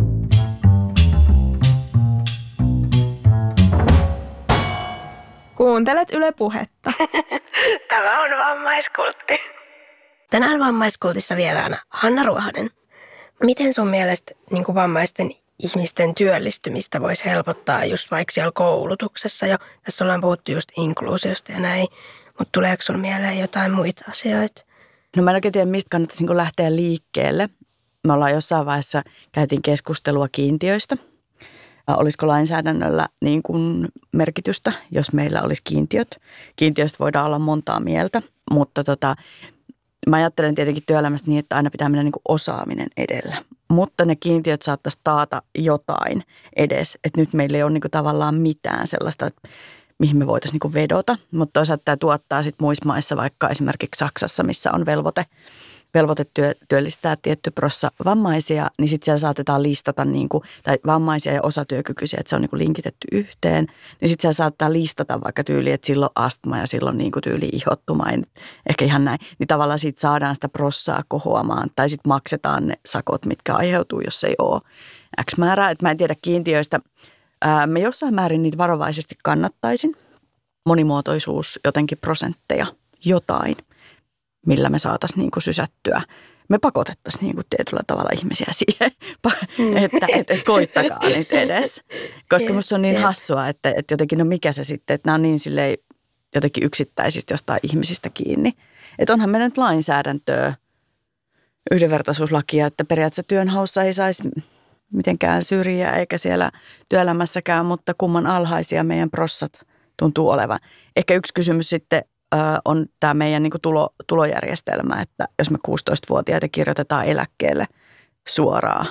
Kuuntelet Yle Puhetta. Tämä on Vammaiskultti. Tänään Vammaiskultissa vieraana Hanna Ruohonen. Miten sun mielestä niin kuin vammaisten ihmisten työllistymistä voisi helpottaa just vaikka siellä koulutuksessa jo? Tässä ollaan puhuttu just inkluusiosta ja näin, mutta tuleeko sun mieleen jotain muita asioita? No mä en oikein tiedä, mistä kannattaisi niin lähteä liikkeelle. Me ollaan jossain vaiheessa, käytiin keskustelua kiintiöistä. olisiko lainsäädännöllä niin kuin merkitystä, jos meillä olisi kiintiöt. Kiintiöistä voidaan olla montaa mieltä, mutta tota, mä ajattelen tietenkin työelämästä niin, että aina pitää mennä niin kuin osaaminen edellä. Mutta ne kiintiöt saattaisi taata jotain edes, että nyt meillä ei ole niin kuin tavallaan mitään sellaista, että mihin me voitaisiin niin kuin vedota. Mutta toisaalta tämä tuottaa sitten muissa maissa, vaikka esimerkiksi Saksassa, missä on velvoite, velvoite työ, työllistää tietty prossa vammaisia, niin sitten siellä saatetaan listata niin kuin, tai vammaisia ja osatyökykyisiä, että se on niin kuin linkitetty yhteen. Niin sitten siellä saattaa listata vaikka tyyli, että silloin astma ja silloin niin kuin tyyli ihottuma, ei ehkä ihan näin. Niin tavallaan siitä saadaan sitä prossaa kohoamaan tai sitten maksetaan ne sakot, mitkä aiheutuu, jos ei ole X määrää. Että mä en tiedä kiintiöistä. Ää, mä jossain määrin niitä varovaisesti kannattaisin. Monimuotoisuus, jotenkin prosentteja, jotain, millä me saataisiin niin kuin sysättyä. Me pakotettaisiin niin kuin tietyllä tavalla ihmisiä siihen, että et, et koittakaa nyt edes. Koska musta se on niin hassua, että, että jotenkin no mikä se sitten, että nämä on niin silleen jotenkin yksittäisistä jostain ihmisistä kiinni. Että onhan meidän nyt lainsäädäntöä, yhdenvertaisuuslakia, että periaatteessa työnhaussa ei saisi mitenkään syrjiä eikä siellä työelämässäkään, mutta kumman alhaisia meidän prossat tuntuu olevan. Ehkä yksi kysymys sitten on tämä meidän niin kuin tulo, tulojärjestelmä, että jos me kuusitoistavuotiaita kirjoitetaan eläkkeelle suoraan,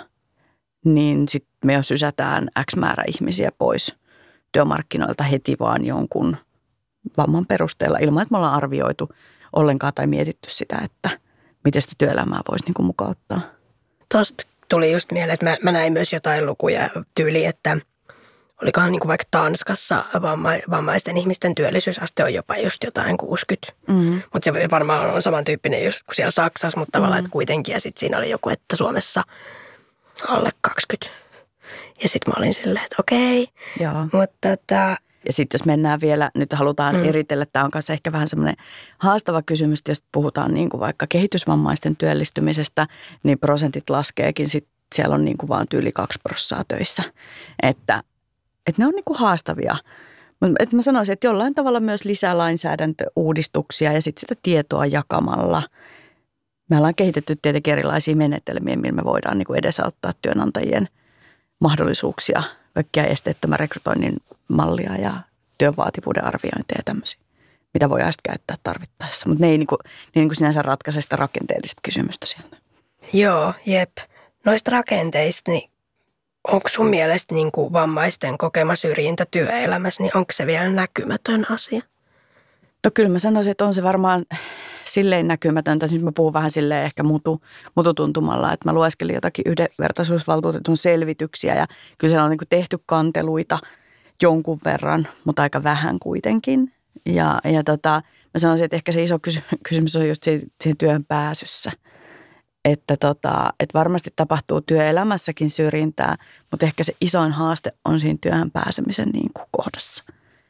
niin sitten me jo sysätään X määrä ihmisiä pois työmarkkinoilta heti vaan jonkun vamman perusteella, ilman että me ollaan arvioitu ollenkaan tai mietitty sitä, että miten sitä työelämää voisi niin kuin mukauttaa. Tuosta tuli just mieleen, että mä, mä näin myös jotain lukuja tyyli, että olikohan niin kuin vaikka Tanskassa vamma, vammaisten ihmisten työllisyysaste on jopa just jotain kuusikymmentä. Mm-hmm. Mutta se varmaan on samantyyppinen just kuin siellä Saksassa, mutta tavallaan, mm-hmm. että kuitenkin. Ja sitten siinä oli joku, että Suomessa alle kaksikymmentä. Ja sitten mä olin silleen, että okei. Joo. Mutta tota... Ja sitten jos mennään vielä, nyt halutaan mm. eritellä, tämä on kanssa ehkä vähän semmoinen haastava kysymys, jos puhutaan niin kuin vaikka kehitysvammaisten työllistymisestä, niin prosentit laskeekin, sitten siellä on niin kuin vaan tyyli kaksi prossaa töissä. Että Että ne on niinku haastavia. Mutta mä sanoisin, että jollain tavalla myös lisää lainsäädäntöuudistuksia ja sitten sitä tietoa jakamalla. Me ollaan kehitetty tietenkin erilaisia menetelmiä, millä me voidaan niinku edesauttaa työnantajien mahdollisuuksia, kaikkia esteettömän rekrytoinnin mallia ja työvaativuuden arviointia ja tämmöisiä, mitä voidaan sitten käyttää tarvittaessa. Mutta ne ei, niinku, ne ei niinku sinänsä ratkaise sitä rakenteellista kysymystä sieltä. Joo, jep. Noista rakenteista, niin onko sun mielestä niin kuin vammaisten kokema syrjintä työelämässä, niin onko se vielä näkymätön asia? No kyllä mä sanoisin, että on se varmaan silleen näkymätöntä. Nyt mä puhun vähän silleen ehkä mutu, mututuntumalla, että mä lueskelin jotakin yhdenvertaisuusvaltuutetun selvityksiä ja kyllä siellä on niin kuin tehty kanteluita jonkun verran, mutta aika vähän kuitenkin. Ja, ja tota, mä sanoisin, että ehkä se iso kysymys on just siinä työhön pääsyssä. Että, tota, että varmasti tapahtuu työelämässäkin syrjintää, mutta ehkä se isoin haaste on siinä työhön pääsemisen niin kuin kohdassa.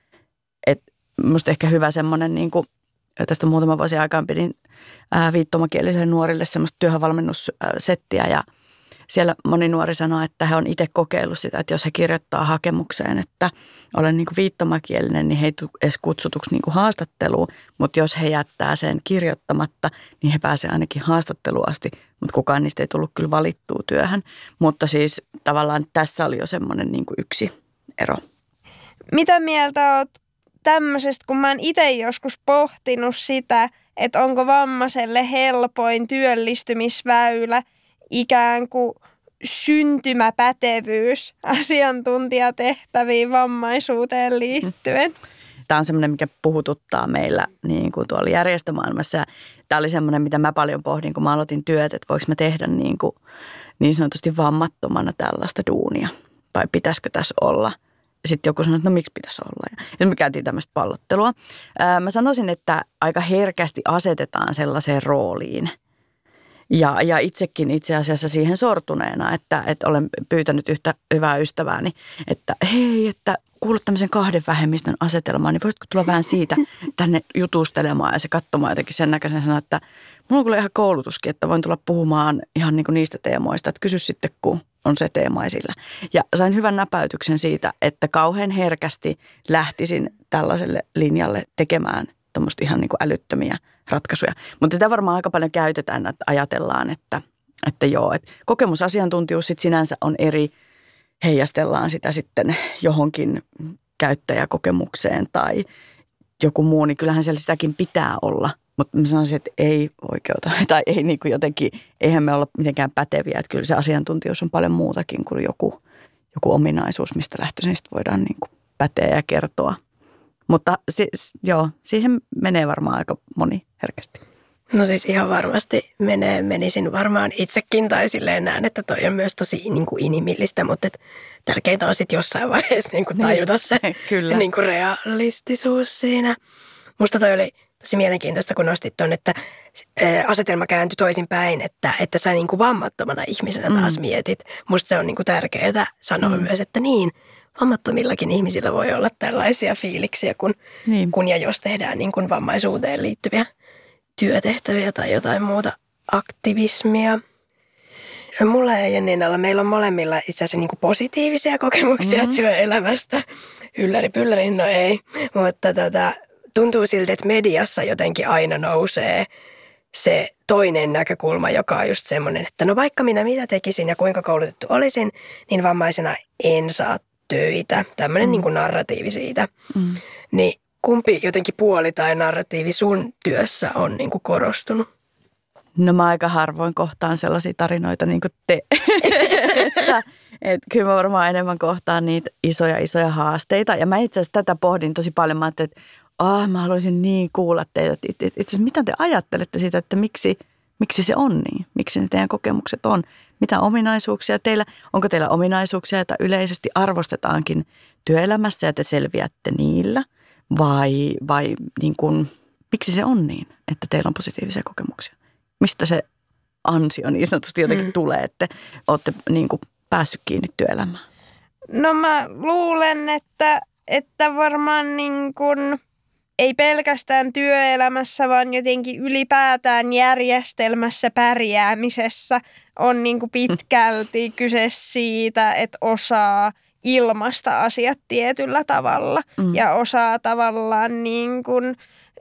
Et musta ehkä hyvä semmoinen, niin kuin, tästä muutama vuosi aikaan pidin ää, viittomakielisille nuorille semmoista työhönvalmennussettiä ja siellä moni nuori sanoo, että he on itse kokeillut sitä, että jos he kirjoittaa hakemukseen, että olen niin kuin viittomakielinen, niin he ei tule edes kutsutuksi niin kuin haastatteluun. Mutta jos he jättää sen kirjoittamatta, niin he pääsevät ainakin haastatteluun asti. Mutta kukaan niistä ei tullut kyllä valittua työhön. Mutta siis tavallaan tässä oli jo semmoinen niin kuin yksi ero. Mitä mieltä oot tämmöisestä, kun mä oon itse joskus pohtinut sitä, että onko vammaiselle helpoin työllistymisväylä ikään kuin syntymäpätevyys asiantuntijatehtäviin vammaisuuteen liittyen. Tämä on semmoinen, mikä puhututtaa meillä niin kuin tuolla järjestömaailmassa. Tämä oli semmoinen, mitä mä paljon pohdin, kun mä aloitin työt, että voiko mä tehdä niin, kuin, niin sanotusti vammattomana tällaista duunia. Vai pitäisikö tässä olla? Sitten joku sanoi, että no miksi pitäisi olla? Ja me käytiin tämmöistä pallottelua. Mä sanoisin, että aika herkästi asetetaan sellaiseen rooliin. Ja, ja itsekin itse asiassa siihen sortuneena, että, että olen pyytänyt yhtä hyvää ystävääni, että hei, että kuulut tämmöisen kahden vähemmistön asetelmaan, niin voisitko tulla vähän siitä tänne jutustelemaan ja se katsomaan jotenkin sen näköisen sanoa, että mulla on kyllä ihan koulutuskin, että voin tulla puhumaan ihan niin kuin niistä teemoista, että kysy sitten, kun on se teema esillä. Ja sain hyvän näpäytyksen siitä, että kauhean herkästi lähtisin tällaiselle linjalle tekemään tuommoista ihan niin kuin älyttömiä ratkaisuja. Mutta sitä varmaan aika paljon käytetään, että ajatellaan, että, että joo, että kokemusasiantuntijuus sit sinänsä on eri, heijastellaan sitä sitten johonkin käyttäjäkokemukseen tai joku muu, niin kyllähän siellä sitäkin pitää olla. Mutta mä sanoisin, että ei oikeuta tai ei niin kuin jotenkin, eihän me olla mitenkään päteviä. Että kyllä se asiantuntijuus on paljon muutakin kuin joku, joku ominaisuus, mistä lähtöisin voidaan niin kuin päteä ja kertoa. Mutta si, joo, siihen menee varmaan aika moni herkästi. No siis ihan varmasti menee, menisin varmaan itsekin tai silleen näen, että toi on myös tosi niin kuin inhimillistä, mutta et tärkeintä on sitten jossain vaiheessa niin kuin tajuta se niin kuin realistisuus siinä. Musta toi oli tosi mielenkiintoista, kun nostit tuon, että asetelma kääntyi toisinpäin, että, että sä niin kuin vammattomana ihmisenä taas mm. mietit. Musta se on niin kuin tärkeää sanoa mm. myös, että niin, vammattomillakin ihmisillä voi olla tällaisia fiiliksiä, kun, niin. kun ja jos tehdään niin kuin vammaisuuteen liittyviä työtehtäviä tai jotain muuta aktivismia. Mulla ja Jenninalla meillä on molemmilla itse asiassa niin kuin positiivisia kokemuksia mm-hmm. työelämästä. Ylläri pylläri, no ei. Mutta tota, tuntuu siltä, että mediassa jotenkin aina nousee se toinen näkökulma, joka on just semmoinen, että no vaikka minä mitä tekisin ja kuinka koulutettu olisin, niin vammaisena en saa töitä. Tämmöinen mm. niin kuin narratiivi siitä. Mm. Niin kumpi jotenkin puoli tai narratiivi sun työssä on niin kuin korostunut? No mä aika harvoin kohtaan sellaisia tarinoita niin kuin te. että, et kyllä mä varmaan enemmän kohtaan niitä isoja isoja haasteita. Ja mä itse asiassa tätä pohdin tosi paljon. Mä ajattelin, että ah, mä haluaisin niin kuulla teitä. Itse asiassa mitä te ajattelette siitä, että miksi, miksi se on niin? Miksi ne teidän kokemukset on? Mitä ominaisuuksia teillä? Onko teillä ominaisuuksia, joita yleisesti arvostetaankin työelämässä ja te selviätte niillä? Vai, vai niin kuin, miksi se on niin, että teillä on positiivisia kokemuksia? Mistä se ansio niin sanotusti jotenkin mm. tulee, että olette niin kuin päässyt kiinni työelämään? No mä luulen, että, että varmaan niin kuin, ei pelkästään työelämässä, vaan jotenkin ylipäätään järjestelmässä pärjäämisessä on niin kuin pitkälti kyse siitä, että osaa ilmaista asiat tietyllä tavalla mm. ja osaa tavallaan niin kuin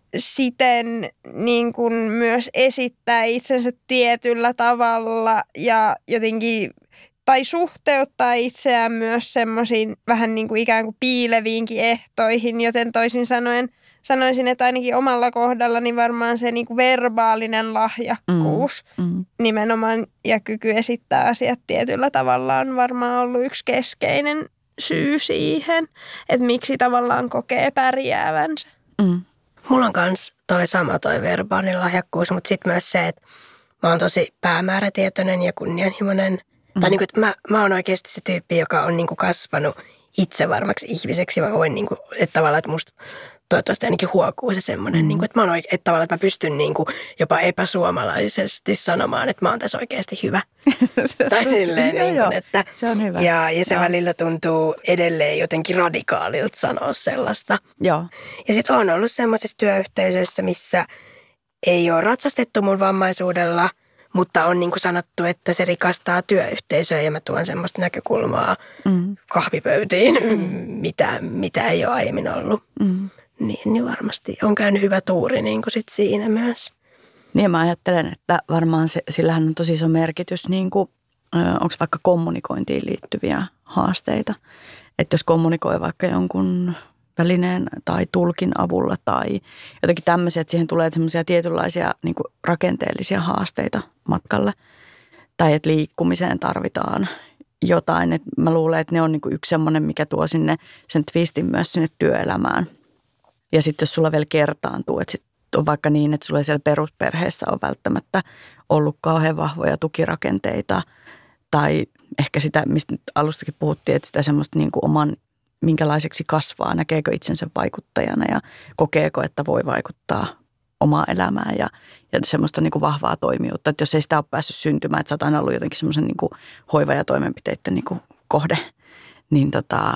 siten niin kuin myös esittää itsensä tietyllä tavalla ja jotenkin tai suhteuttaa itseään myös semmoisiin vähän niin kuin ikään kuin piileviinkin ehtoihin, joten toisin sanoen sanoisin, että ainakin omalla kohdallani varmaan se niin kuin verbaalinen lahjakkuus mm, mm. nimenomaan ja kyky esittää asiat tietyllä tavalla on varmaan ollut yksi keskeinen syy siihen, että miksi tavallaan kokee pärjäävänsä. Mm. Mulla on kans toi sama toi verbaalinen lahjakkuus, mutta sitten myös se, että mä oon tosi päämäärätietoinen ja kunnianhimoinen. Mm. Tai niin kuin, mä, mä oon oikeasti se tyyppi, joka on niin kuin kasvanut itsevarmaksi ihmiseksi. Mä voin niin kuin, että tavallaan, että musta toivottavasti ainakin huokuu se semmoinen, mm. niin kuin, että mä oon oikein, että tavallaan, että mä pystyn niin kuin jopa epäsuomalaisesti sanomaan, että mä oon tässä oikeasti hyvä. tai silleen, niin kuin, että, se on hyvä. Ja, ja se joo. välillä tuntuu edelleen jotenkin radikaalilta sanoa sellaista. Joo. Ja sitten on ollut semmoisissa työyhteisöissä, missä ei ole ratsastettu mun vammaisuudella, mutta on niin kuin sanottu, että se rikastaa työyhteisöä ja mä tuon semmoista näkökulmaa mm. kahvipöytiin, mm. mitä, mitä ei ole aiemmin ollut. Mm. Niin, niin varmasti on käynyt hyvä tuuri niin kuin sit siinä myös. Niin mä ajattelen, että varmaan se, sillähän on tosi iso merkitys, niin kuin, onko vaikka kommunikointiin liittyviä haasteita. Että jos kommunikoi vaikka jonkun välineen tai tulkin avulla tai jotenkin tämmöisiä, että siihen tulee semmoisia tietynlaisia niin kuin rakenteellisia haasteita matkalle. Tai että liikkumiseen tarvitaan jotain. Että mä luulen, että ne on niin kuin yksi semmoinen, mikä tuo sinne sen twistin myös sinne työelämään. Ja sitten jos sulla vielä kertaantuu, että sit on vaikka niin, että sulla ei siellä perusperheessä ole välttämättä ollut kauhean vahvoja tukirakenteita tai ehkä sitä, mistä nyt alustakin puhuttiin, että sitä semmoista niin kuin oman, minkälaiseksi kasvaa, näkeekö itsensä vaikuttajana ja kokeeko, että voi vaikuttaa omaa elämään ja, ja semmoista niin kuin vahvaa toimijuutta. Että jos ei sitä ole päässyt syntymään, että sä oot aina ollut jotenkin semmoisen niin kuin hoiva- ja toimenpiteiden niin kuin kohde, niin tota,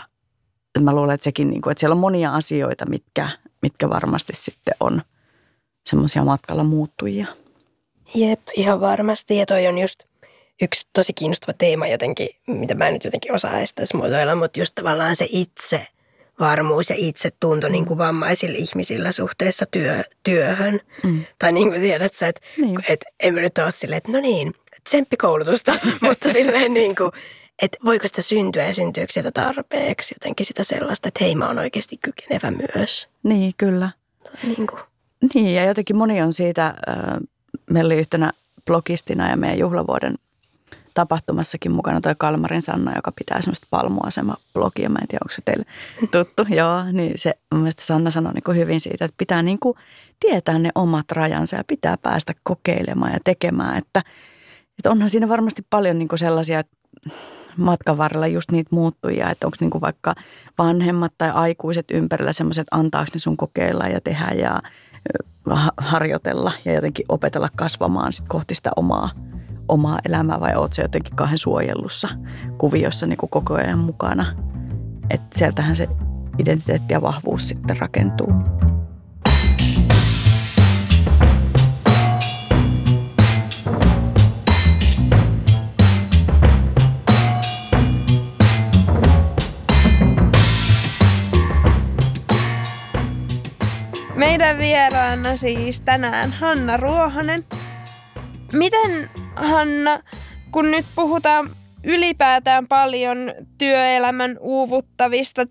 mä luulen, että sekin, niin kuin, että siellä on monia asioita, mitkä, mitkä varmasti sitten on semmoisia matkalla muuttujia. Jep, ihan varmasti. Ja toi on just yksi tosi kiinnostava teema jotenkin, mitä mä en nyt jotenkin osaa edes tässä muotoilla, mutta just tavallaan se itsevarmuus ja itsetunto mm. niin kuin vammaisilla ihmisillä suhteessa työ, työhön. Mm. Tai niin kuin tiedät sä, että niin. et, en mä nyt ole silleen, että no niin, tsemppikoulutusta, mutta silleen niin kuin, että voiko sitä syntyä ja syntyykö sitä tarpeeksi jotenkin sitä sellaista, että hei, mä oon oikeasti kykenevä myös. Niin, kyllä. Niin, kuin. Niin, ja jotenkin moni on siitä, äh, meillä oli yhtenä blogistina ja meidän juhlavuoden tapahtumassakin mukana toi Kalmarin Sanna, joka pitää semmoista Palmuasema-blogia. Mä en tiedä, onko se teille tuttu. Joo, niin se mun mielestä Sanna sanoi niin kuin hyvin siitä, että pitää niin kuin tietää ne omat rajansa ja pitää päästä kokeilemaan ja tekemään. Että, että onhan siinä varmasti paljon niin kuin sellaisia matkan varrella just niitä muuttujia, että onko niin kuin vaikka vanhemmat tai aikuiset ympärillä semmoiset, että antaako ne sun kokeilla ja tehdä ja harjoitella ja jotenkin opetella kasvamaan sit kohti sitä omaa omaa elämää vai oot se jotenkin kahden suojellussa kuviossa niin kuin koko ajan mukana. Että sieltähän se identiteetti ja vahvuus sitten rakentuu. Meidän vieraana siis tänään Hanna Ruohonen. Miten, Hanna, kun nyt puhutaan ylipäätään paljon työelämän uuvuttavista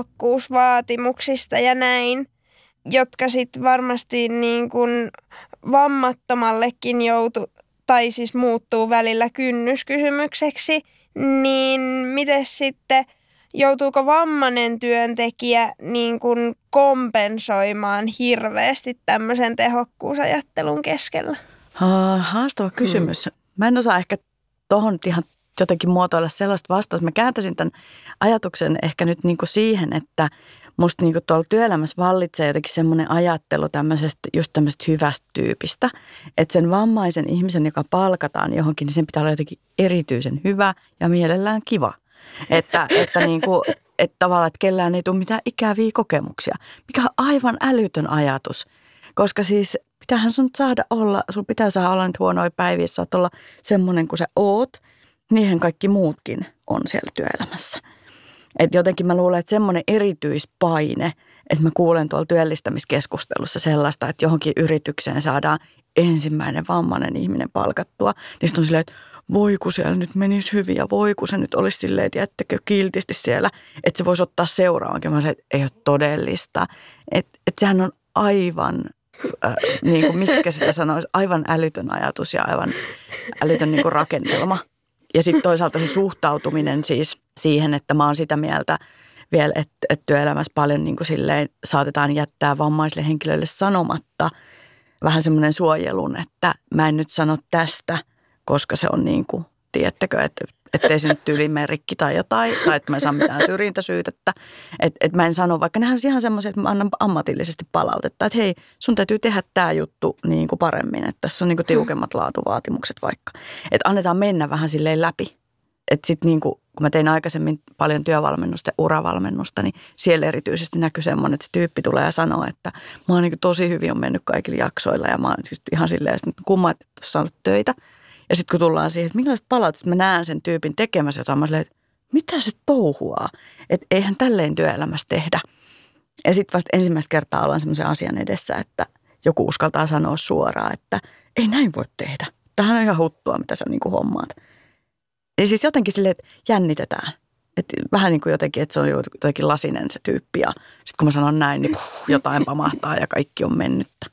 tehokkuusvaatimuksista ja näin, jotka sitten varmasti niin kuin vammattomallekin joutu, tai siis muuttuu välillä kynnyskysymykseksi, niin miten sitten joutuuko vammainen työntekijä niin kuin kompensoimaan hirveästi tämmöisen tehokkuusajattelun keskellä? Haastava kysymys. Hmm. Mä en osaa ehkä tuohon ihan jotenkin muotoilla sellaista vastausta. Mä kääntäisin tämän ajatuksen ehkä nyt niin kuin siihen, että musta niin kuin tuolla työelämässä vallitsee jotenkin semmoinen ajattelu tämmöisestä, just tämmöisestä hyvästä tyypistä. Että sen vammaisen ihmisen, joka palkataan johonkin, niin sen pitää olla jotenkin erityisen hyvä ja mielellään kiva. Että, että, niin kuin, että tavallaan, että kellään ei tule mitään ikäviä kokemuksia, mikä on aivan älytön ajatus, koska siis pitäähän sun saada olla, sun pitää saada olla nyt huonoja päiviä, saat olla semmoinen kuin sä oot, niihin kaikki muutkin on siellä työelämässä. Että jotenkin mä luulen, että semmoinen erityispaine, että mä kuulen tuolla työllistämiskeskustelussa sellaista, että johonkin yritykseen saadaan ensimmäinen vammainen ihminen palkattua, niin sitten on silleen, että voi kun siellä nyt menisi hyvin ja voi kun se nyt olisi silleen, että jättäkö kiltisti siellä, että se voisi ottaa seuraavankin. Mä sanoin, että ei ole todellista. Että et sehän on aivan, äh, niin kuin, miksi sitä sanoisi, aivan älytön ajatus ja aivan älytön niin kuin rakennelma. Ja sitten toisaalta se suhtautuminen siis siihen, että mä oon sitä mieltä vielä, että, että työelämässä paljon niin kuin silleen saatetaan jättää vammaisille henkilöille sanomatta vähän semmoinen suojelun, että mä en nyt sano tästä, koska se on niin kuin, tiedättekö, että ettei se nyt tyyliin mene rikki tai jotain, tai että mä en saa mitään syrjintäsyytettä. Että et mä en sano, vaikka nehän on ihan semmoisia, että mä annan ammatillisesti palautetta, että hei, sun täytyy tehdä tämä juttu niin kuin paremmin, että tässä on niin kuin tiukemmat laatuvaatimukset vaikka. Että annetaan mennä vähän silleen läpi. Että sitten niin kuin, kun mä tein aikaisemmin paljon työvalmennusta ja uravalmennusta, niin siellä erityisesti näkyy semmoinen, että se tyyppi tulee ja sanoo, että mä oon niin kuin tosi hyvin on mennyt kaikilla jaksoilla ja mä oon siis ihan silleen, että kumma, että oot saanut töitä. Ja sitten kun tullaan siihen, että minkälaiset palautukset mä näen sen tyypin tekemässä jotain, mä silleen, että mitä se touhuaa? Että eihän tälleen työelämässä tehdä. Ja sitten vasta ensimmäistä kertaa ollaan semmoisen asian edessä, että joku uskaltaa sanoa suoraan, että ei näin voi tehdä. Tämähän on ihan huttua, mitä sä niin kuin hommaat. Ja siis jotenkin silleen, että jännitetään. Että vähän niin kuin jotenkin, että se on jotenkin lasinen se tyyppi. Ja sitten kun mä sanon näin, niin puh, jotain pamahtaa ja kaikki on mennyttä.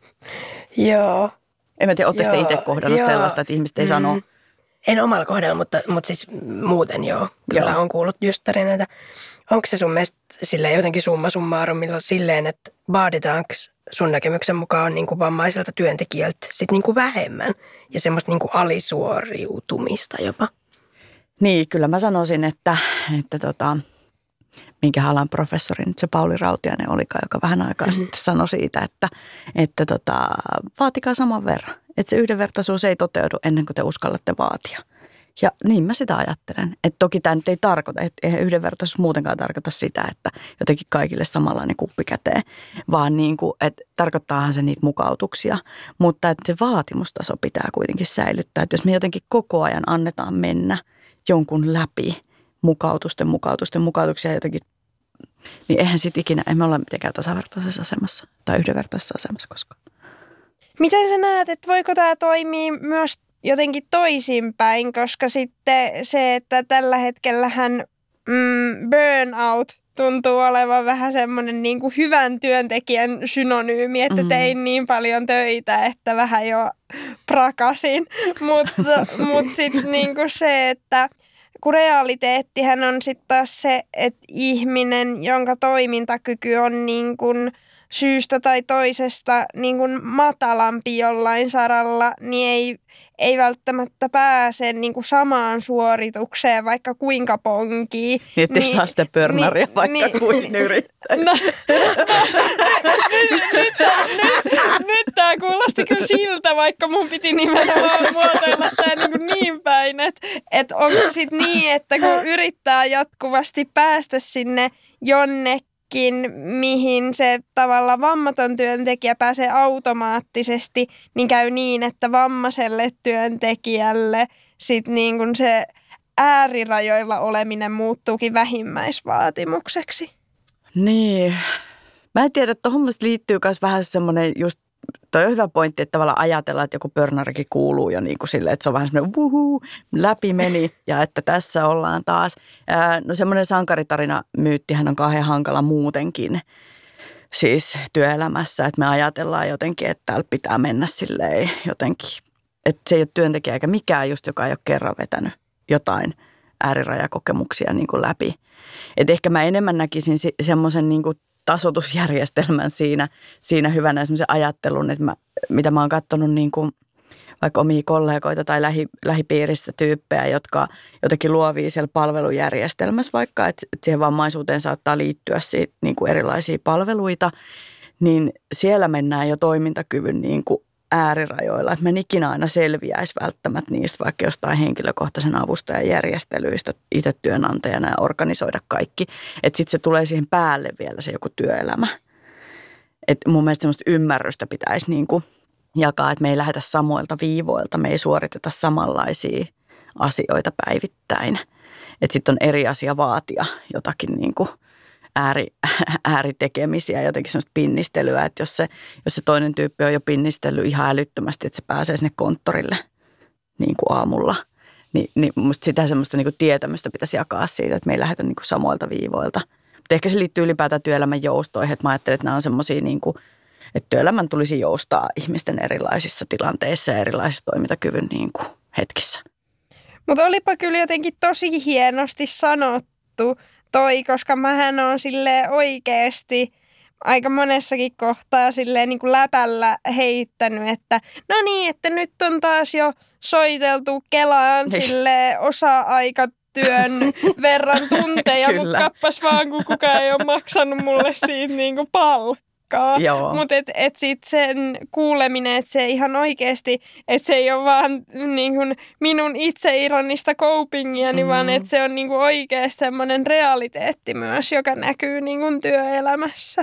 Joo. En mä tiedä, ootteko te itse kohdannut joo. sellaista, että ihmiset ei mm. sano? En omalla kohdalla, mutta, mutta siis muuten joo. Kyllä joo. On kuullut just tarinoita. Onko se sun mielestä silleen jotenkin summa summarumilla silleen, että vaaditaanko sun näkemyksen mukaan niin kuin vammaisilta työntekijöiltä sit niin kuin vähemmän ja semmoista niin kuin alisuoriutumista jopa? Niin, kyllä mä sanoisin, että, että tota, minkä alan professori nyt se Pauli Rautiainen olikaan, joka vähän aikaa mm-hmm. sitten sanoi siitä, että, että tota, vaatikaa saman verran. Että se yhdenvertaisuus ei toteudu ennen kuin te uskallatte vaatia. Ja niin mä sitä ajattelen. Että toki tämä nyt ei tarkoita, että eihän yhdenvertaisuus muutenkaan tarkoita sitä, että jotenkin kaikille samanlainen kuppi käteen, vaan niin kuin, että tarkoittaahan se niitä mukautuksia. Mutta että se vaatimustaso pitää kuitenkin säilyttää. Että jos me jotenkin koko ajan annetaan mennä jonkun läpi mukautusten, mukautusten, mukautuksia jotenkin, niin eihän sitten ikinä, emme olla mitenkään tasavertaisessa asemassa tai yhdenvertaisessa asemassa koskaan. Miten sä näet, että voiko tämä toimia myös jotenkin toisinpäin, koska sitten se, että tällä hetkellähän mm, burnout tuntuu olevan vähän semmoinen niin kuin hyvän työntekijän synonyymi, että tein niin paljon töitä, että vähän jo prakasin. Mutta mut sitten niin kuin se, että kun realiteettihän on sitten taas se, että ihminen, jonka toimintakyky on niin kuin syystä tai toisesta niin kuin matalampi jollain saralla, niin ei, ei välttämättä pääse niin kuin samaan suoritukseen, vaikka kuinka ponkii. Niin, ettei niin, saa sitä pörnäriä, niin, vaikka niin, kuin yrittäisi. No, nyt, nyt, nyt, nyt tämä kuulosti kyllä siltä, vaikka mun piti nimenomaan muotoilla tämä niin, niin päin, että et onko se sitten niin, että kun yrittää jatkuvasti päästä sinne jonnekin, mihin se tavallaan vammaton työntekijä pääsee automaattisesti, niin käy niin, että vammaiselle työntekijälle sit niin kun se äärirajoilla oleminen muuttuukin vähimmäisvaatimukseksi. Niin. Mä en tiedä, että tuohon liittyy myös vähän semmoinen just, toi on hyvä pointti, että tavallaan ajatellaan, että joku pörnärikin kuuluu jo niin kuin silleen, että se on vähän semmoinen wuhuu, läpi meni ja että tässä ollaan taas. Ää, no semmoinen sankaritarina myyttihän on kauhean hankala muutenkin siis työelämässä, että me ajatellaan jotenkin, että täällä pitää mennä silleen jotenkin, että se ei ole työntekijä eikä mikään just, joka ei ole kerran vetänyt jotain äärirajakokemuksia niin kuin läpi. Että ehkä mä enemmän näkisin semmoisen niin kuin tasoitusjärjestelmän siinä, siinä hyvänä semmoisen ajattelun, että mä, mitä mä oon katsonut niin kuin vaikka omia kollegoita tai lähi, lähipiirissä tyyppejä, jotka jotenkin luovii siellä palvelujärjestelmässä vaikka, että, että siihen vammaisuuteen saattaa liittyä siitä, niin kuin erilaisia palveluita, niin siellä mennään jo toimintakyvyn niin kuin äärirajoilla, että mä en ikinä aina selviäisi välttämättä niistä vaikka jostain henkilökohtaisen avustajan järjestelyistä itse työnantajana ja organisoida kaikki. Että sitten se tulee siihen päälle vielä se joku työelämä. Että mun mielestä semmoista ymmärrystä pitäisi niin kuin jakaa, että me ei lähdetä samoilta viivoilta, me ei suoriteta samanlaisia asioita päivittäin. Että sitten on eri asia vaatia jotakin niin kuin ääri, ääritekemisiä, jotenkin semmoista pinnistelyä, että jos se, jos se toinen tyyppi on jo pinnistellyt ihan älyttömästi, että se pääsee sinne konttorille niin kuin aamulla, niin, niin musta sitä semmoista niin kuin tietämystä pitäisi jakaa siitä, että me ei lähdetä niin kuin samoilta viivoilta. Mutta ehkä se liittyy ylipäätään työelämän joustoihin, että mä ajattelen, että nämä on semmoisia, niin kuin, että työelämän tulisi joustaa ihmisten erilaisissa tilanteissa ja erilaisissa toimintakyvyn niin kuin hetkissä. Mutta olipa kyllä jotenkin tosi hienosti sanottu toi, koska mähän on silleen oikeasti aika monessakin kohtaa silleen niin kuin läpällä heittänyt, että no niin, että nyt on taas jo soiteltu Kelaan silleen osa-aikatyön verran tunteja, mutta kappas vaan, kun kukaan ei ole maksanut mulle siitä niin kuin palkkaa. Mutta et, et sitten sen kuuleminen, että se ihan oikeasti, että se ei ole vaan niin kuin minun itseironista copingia, niin mm. vaan että se on niin kuin oikeasti semmoinen realiteetti myös, joka näkyy niin kuin työelämässä.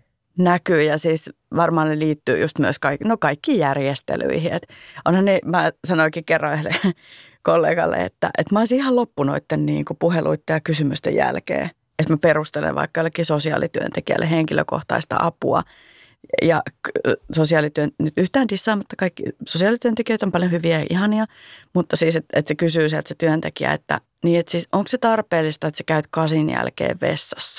Näkyy ja siis varmaan ne liittyy just myös kaikki, no kaikki järjestelyihin. Et onhan ne, mä sanoinkin kerran yhdelle kollegalle, että, että mä olisin ihan loppu noitten niin kuin puheluiden ja kysymysten jälkeen. Että mä perustelen vaikka jollekin sosiaalityöntekijälle henkilökohtaista apua. Ja sosiaalityön, nyt yhtään dissaamatta kaikki sosiaalityöntekijät on paljon hyviä ja ihania, mutta siis, että, että se kysyy sieltä se työntekijä, että niin, että siis onko se tarpeellista, että sä käyt kasin jälkeen vessassa?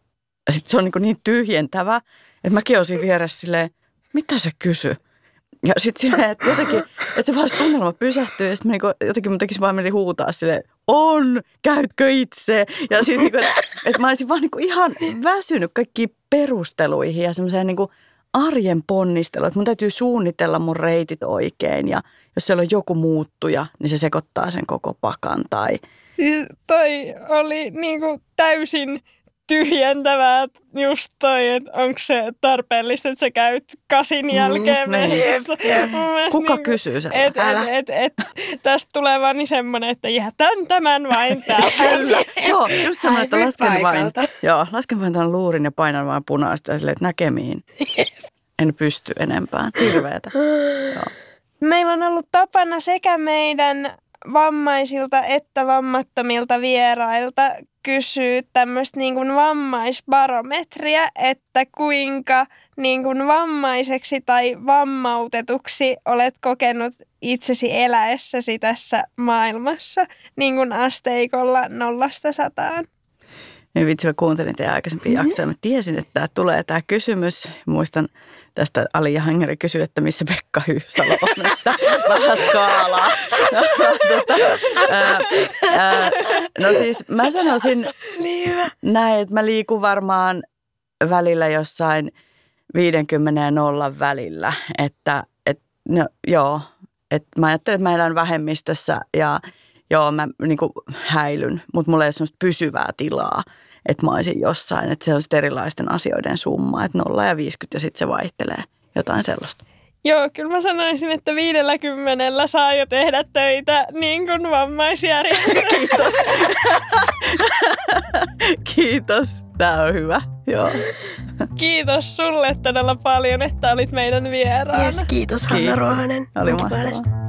Ja sitten se on niin, niin tyhjentävä, että mäkin olisin vieressä silleen, mitä se kysyy? Ja sitten silleen, että jotenkin, että se vaan se tunnelma pysähtyy ja sitten niin jotenkin mun tekisi vaan mieli huutaa silleen, on, käytkö itse? Ja siis niin kuin, että, että mä olisin vaan niin kuin ihan väsynyt kaikkiin perusteluihin ja semmoiseen niin kuin arjen ponnisteluun, että mun täytyy suunnitella mun reitit oikein ja jos siellä on joku muuttuja, niin se sekoittaa sen koko pakan tai... Siis toi oli niin kuin täysin tyhjentävää just toi, että onko se tarpeellista, että sä käyt kasin jälkeen mm, vessassa. Kuka niin kysyy sen? Et, et, et, et, tästä tulee vaan niin semmoinen, että jätän tämän vain tähän. Kyllä. Joo, just semmoinen, että lasken vain, joo, lasken vain tämän luurin ja painan vain punaista ja silleen, että näkemiin. En pysty enempään. Hirveetä. Joo. Meillä on ollut tapana sekä meidän vammaisilta että vammattomilta vierailta kysyä tämmöistä niin kuin vammaisbarometria, että kuinka niin kuin vammaiseksi tai vammautetuksi olet kokenut itsesi eläessäsi tässä maailmassa niin kuin asteikolla nollasta sataan. Niin vitsi, mä kuuntelin teidän aikaisempia mm-hmm. jaksoja. Mä tiesin, että tää tulee tämä kysymys. Muistan tästä Ali Jahangeri kysyi, että missä Pekka Hyysalo on, että vähän skaalaa. tota, ää, ää, no siis mä sanoisin näin, että mä liikun varmaan välillä jossain viisikymmentä ja nollan välillä. Että et, no, joo, että mä ajattelen, että mä elän vähemmistössä ja joo, mä niin kuin häilyn, mutta mulla ei ole semmoista pysyvää tilaa, että mä olisin jossain. Että se on sitten erilaisten asioiden summa, että nolla ja viisikymmentä ja sitten se vaihtelee, jotain sellaista. Joo, kyllä mä sanoisin, että viidelläkymmenellä saa jo tehdä töitä niin kuin vammaisjärjestössä. Kiitos. Kiitos. Tää on hyvä. Joo. Kiitos sulle todella paljon, että olit meidän vieraana. Yes, kiitos Hanna Kiitos. Ruohonen. Oli mahtavaa.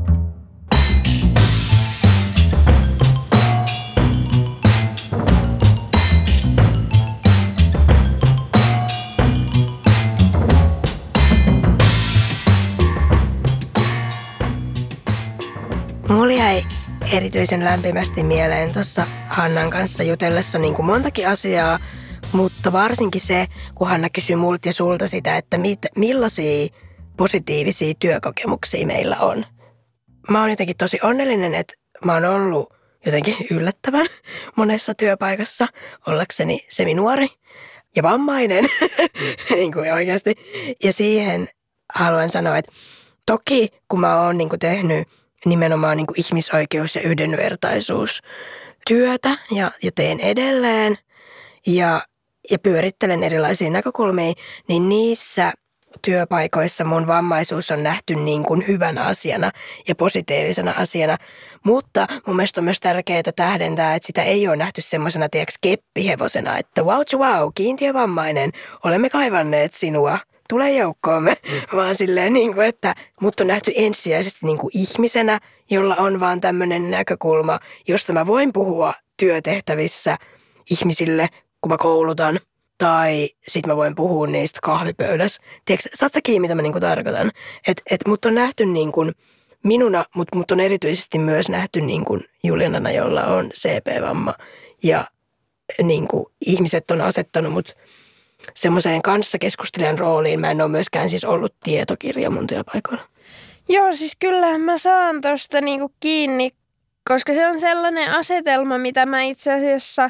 Mulla jäi erityisen lämpimästi mieleen tuossa Hannan kanssa jutellessa niin kuin montakin asiaa, mutta varsinkin se, kun Hanna kysyi multa ja sulta sitä, että mit, millaisia positiivisia työkokemuksia meillä on. Mä oon jotenkin tosi onnellinen, että mä oon ollut jotenkin yllättävän monessa työpaikassa ollakseni seminuori ja vammainen, niin kuin oikeasti. Ja siihen haluan sanoa, että toki kun mä oon niin kuin tehnyt nimenomaan niin kuin ihmisoikeus- ja yhdenvertaisuustyötä ja, ja teen edelleen ja, ja pyörittelen erilaisia näkökulmia, niin niissä työpaikoissa mun vammaisuus on nähty niin kuin hyvänä asiana ja positiivisena asiana. Mutta mun mielestä on myös tärkeää tähdentää, että sitä ei ole nähty semmoisena, tiedätkö, keppihevosena, että wow, wow, kiintiövammainen, olemme kaivanneet sinua. Tule joukkoomme, vaan silleen, niin kuin, että mut on nähty ensisijaisesti niin kuin ihmisenä, jolla on vaan tämmöinen näkökulma, josta mä voin puhua työtehtävissä ihmisille, kun mä koulutan, tai sit mä voin puhua niistä kahvipöydässä. Tiedätkö, saat sä kiinni, mitä mä niin kuin tarkoitan? Että et mut on nähty niin kuin minuna, mutta mut on erityisesti myös nähty niin kuin Julianana, jolla on C P-vamma, ja niin kuin ihmiset on asettanut mut semmoiseen kanssakeskustelijan rooliin. Mä en ole myöskään siis ollut tietokirja mun työpaikoilla. Joo, siis kyllähän mä saan tosta niinku kiinni, koska se on sellainen asetelma, mitä mä itse asiassa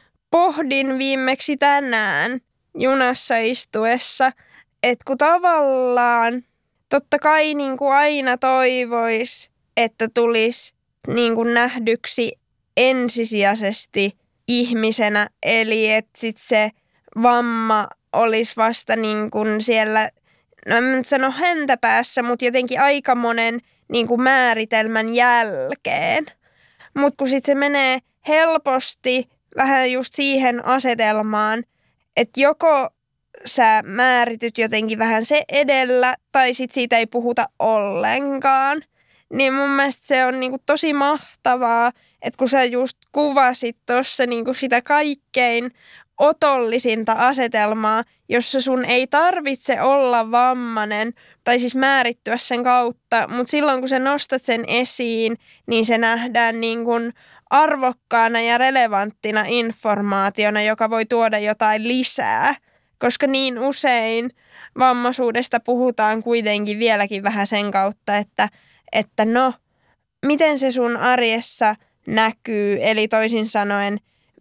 pohdin viimeksi tänään junassa istuessa, että kun tavallaan totta kai niinku aina toivois, että tulisi niinku nähdyksi ensisijaisesti ihmisenä, eli että sit se vamma olisi vasta niin kuin siellä, no en nyt sano häntäpäässä, mutta jotenkin aika monen niin kuin määritelmän jälkeen. Mutta kun sitten se menee helposti vähän just siihen asetelmaan, että joko sä määrityt jotenkin vähän se edellä, tai sitten siitä ei puhuta ollenkaan, niin mun mielestä se on niin kuin tosi mahtavaa, että kun sä just kuvasit tuossa niin kuin sitä kaikkein otollisinta asetelmaa, jossa sun ei tarvitse olla vammainen tai siis määrittyä sen kautta, mutta silloin kun sä nostat sen esiin, niin se nähdään niin kuin arvokkaana ja relevanttina informaationa, joka voi tuoda jotain lisää, koska niin usein vammaisuudesta puhutaan kuitenkin vieläkin vähän sen kautta, että, että no, miten se sun arjessa näkyy, eli toisin sanoen,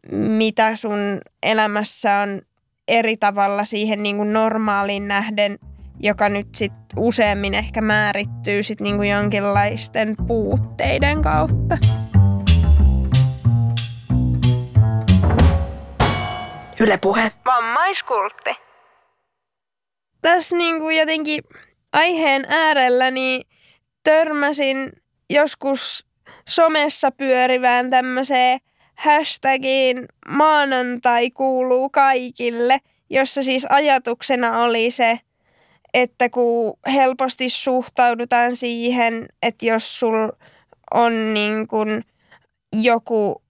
mitä sun elämässä on eri tavalla siihen niin kuin normaaliin nähden, joka nyt sit useammin ehkä määrittyy sit niin kuin jonkinlaisten puutteiden kautta. Yle Puhe. Vammaiskultti. Tässä niin kuin jotenkin aiheen äärellä niin törmäsin joskus somessa pyörivään tämmöiseen hashtagiin maanantai kuuluu kaikille, jossa siis ajatuksena oli se, että kun helposti suhtaudutaan siihen, että jos sul on niin kuin joku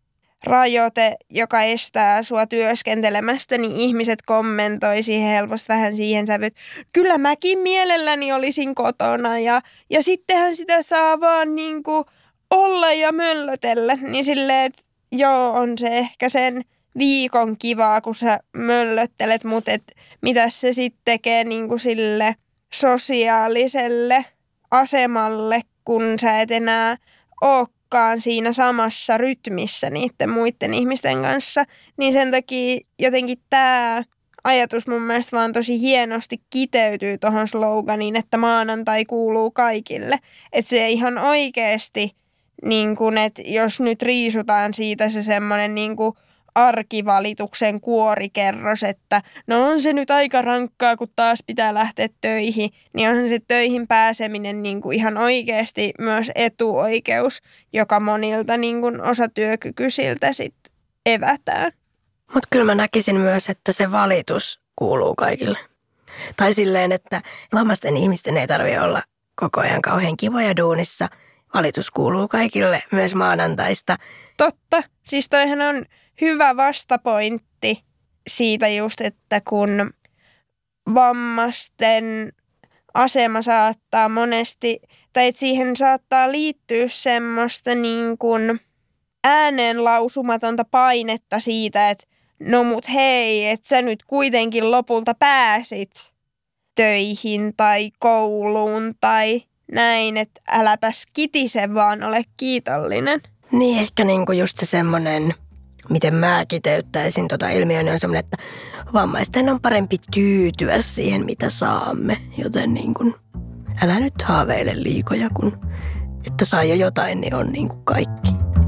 rajoite, joka estää sua työskentelemästä, niin ihmiset kommentoi siihen helposti vähän siihen sävyyn, kyllä mäkin mielelläni olisin kotona ja, ja sittenhän sitä saa vaan niinku olla ja möllötellä, niin silleen, että joo, on se ehkä sen viikon kivaa, kun sä möllöttelet, mutta et mitä se sitten tekee niinku sille sosiaaliselle asemalle, kun sä et enää olekaan siinä samassa rytmissä niiden muiden ihmisten kanssa, niin sen takia jotenkin tämä ajatus mun mielestä vaan tosi hienosti kiteytyy tuohon sloganiin, että maanantai kuuluu kaikille. Että se ihan oikeasti, niin kun, että jos nyt riisutaan siitä se semmoinen niin kuin arkivalituksen kuorikerros, että no on se nyt aika rankkaa, kun taas pitää lähteä töihin, niin onhan se töihin pääseminen niin kuin ihan oikeasti myös etuoikeus, joka monilta niin kuin osatyökykyisiltä sitten evätään. Mutta kyllä mä näkisin myös, että se valitus kuuluu kaikille. Tai silleen, että vammaisten ihmisten ei tarvitse olla koko ajan kauhean kivoja duunissa. Valitus kuuluu kaikille myös maanantaista. Totta. Siis toihan on hyvä vastapointti siitä just, että kun vammaisten asema saattaa monesti, tai että siihen saattaa liittyä semmoista niin kuin ääneen lausumatonta painetta siitä, että no mut hei, että sä nyt kuitenkin lopulta pääsit töihin tai kouluun tai näin, että äläpäs kitise vaan ole kiitollinen. Niin ehkä niinku just se semmoinen, miten mä kiteyttäisin tota ilmiöä, niin on semmoinen, että vammaisten on parempi tyytyä siihen, mitä saamme. Joten niin kuin, älä nyt haaveile liikoja, kun että saa jo jotain, niin on niin kuin kaikki.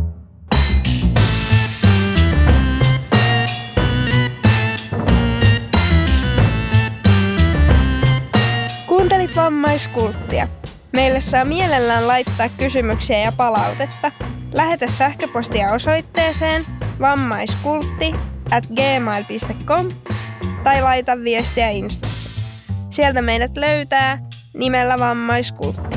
Kuuntelit Vammaiskulttia. Meille saa mielellään laittaa kysymyksiä ja palautetta. Lähetä sähköpostia osoitteeseen vammaiskultti at gmail piste com tai laita viestiä Instassa. Sieltä meidät löytää nimellä Vammaiskultti.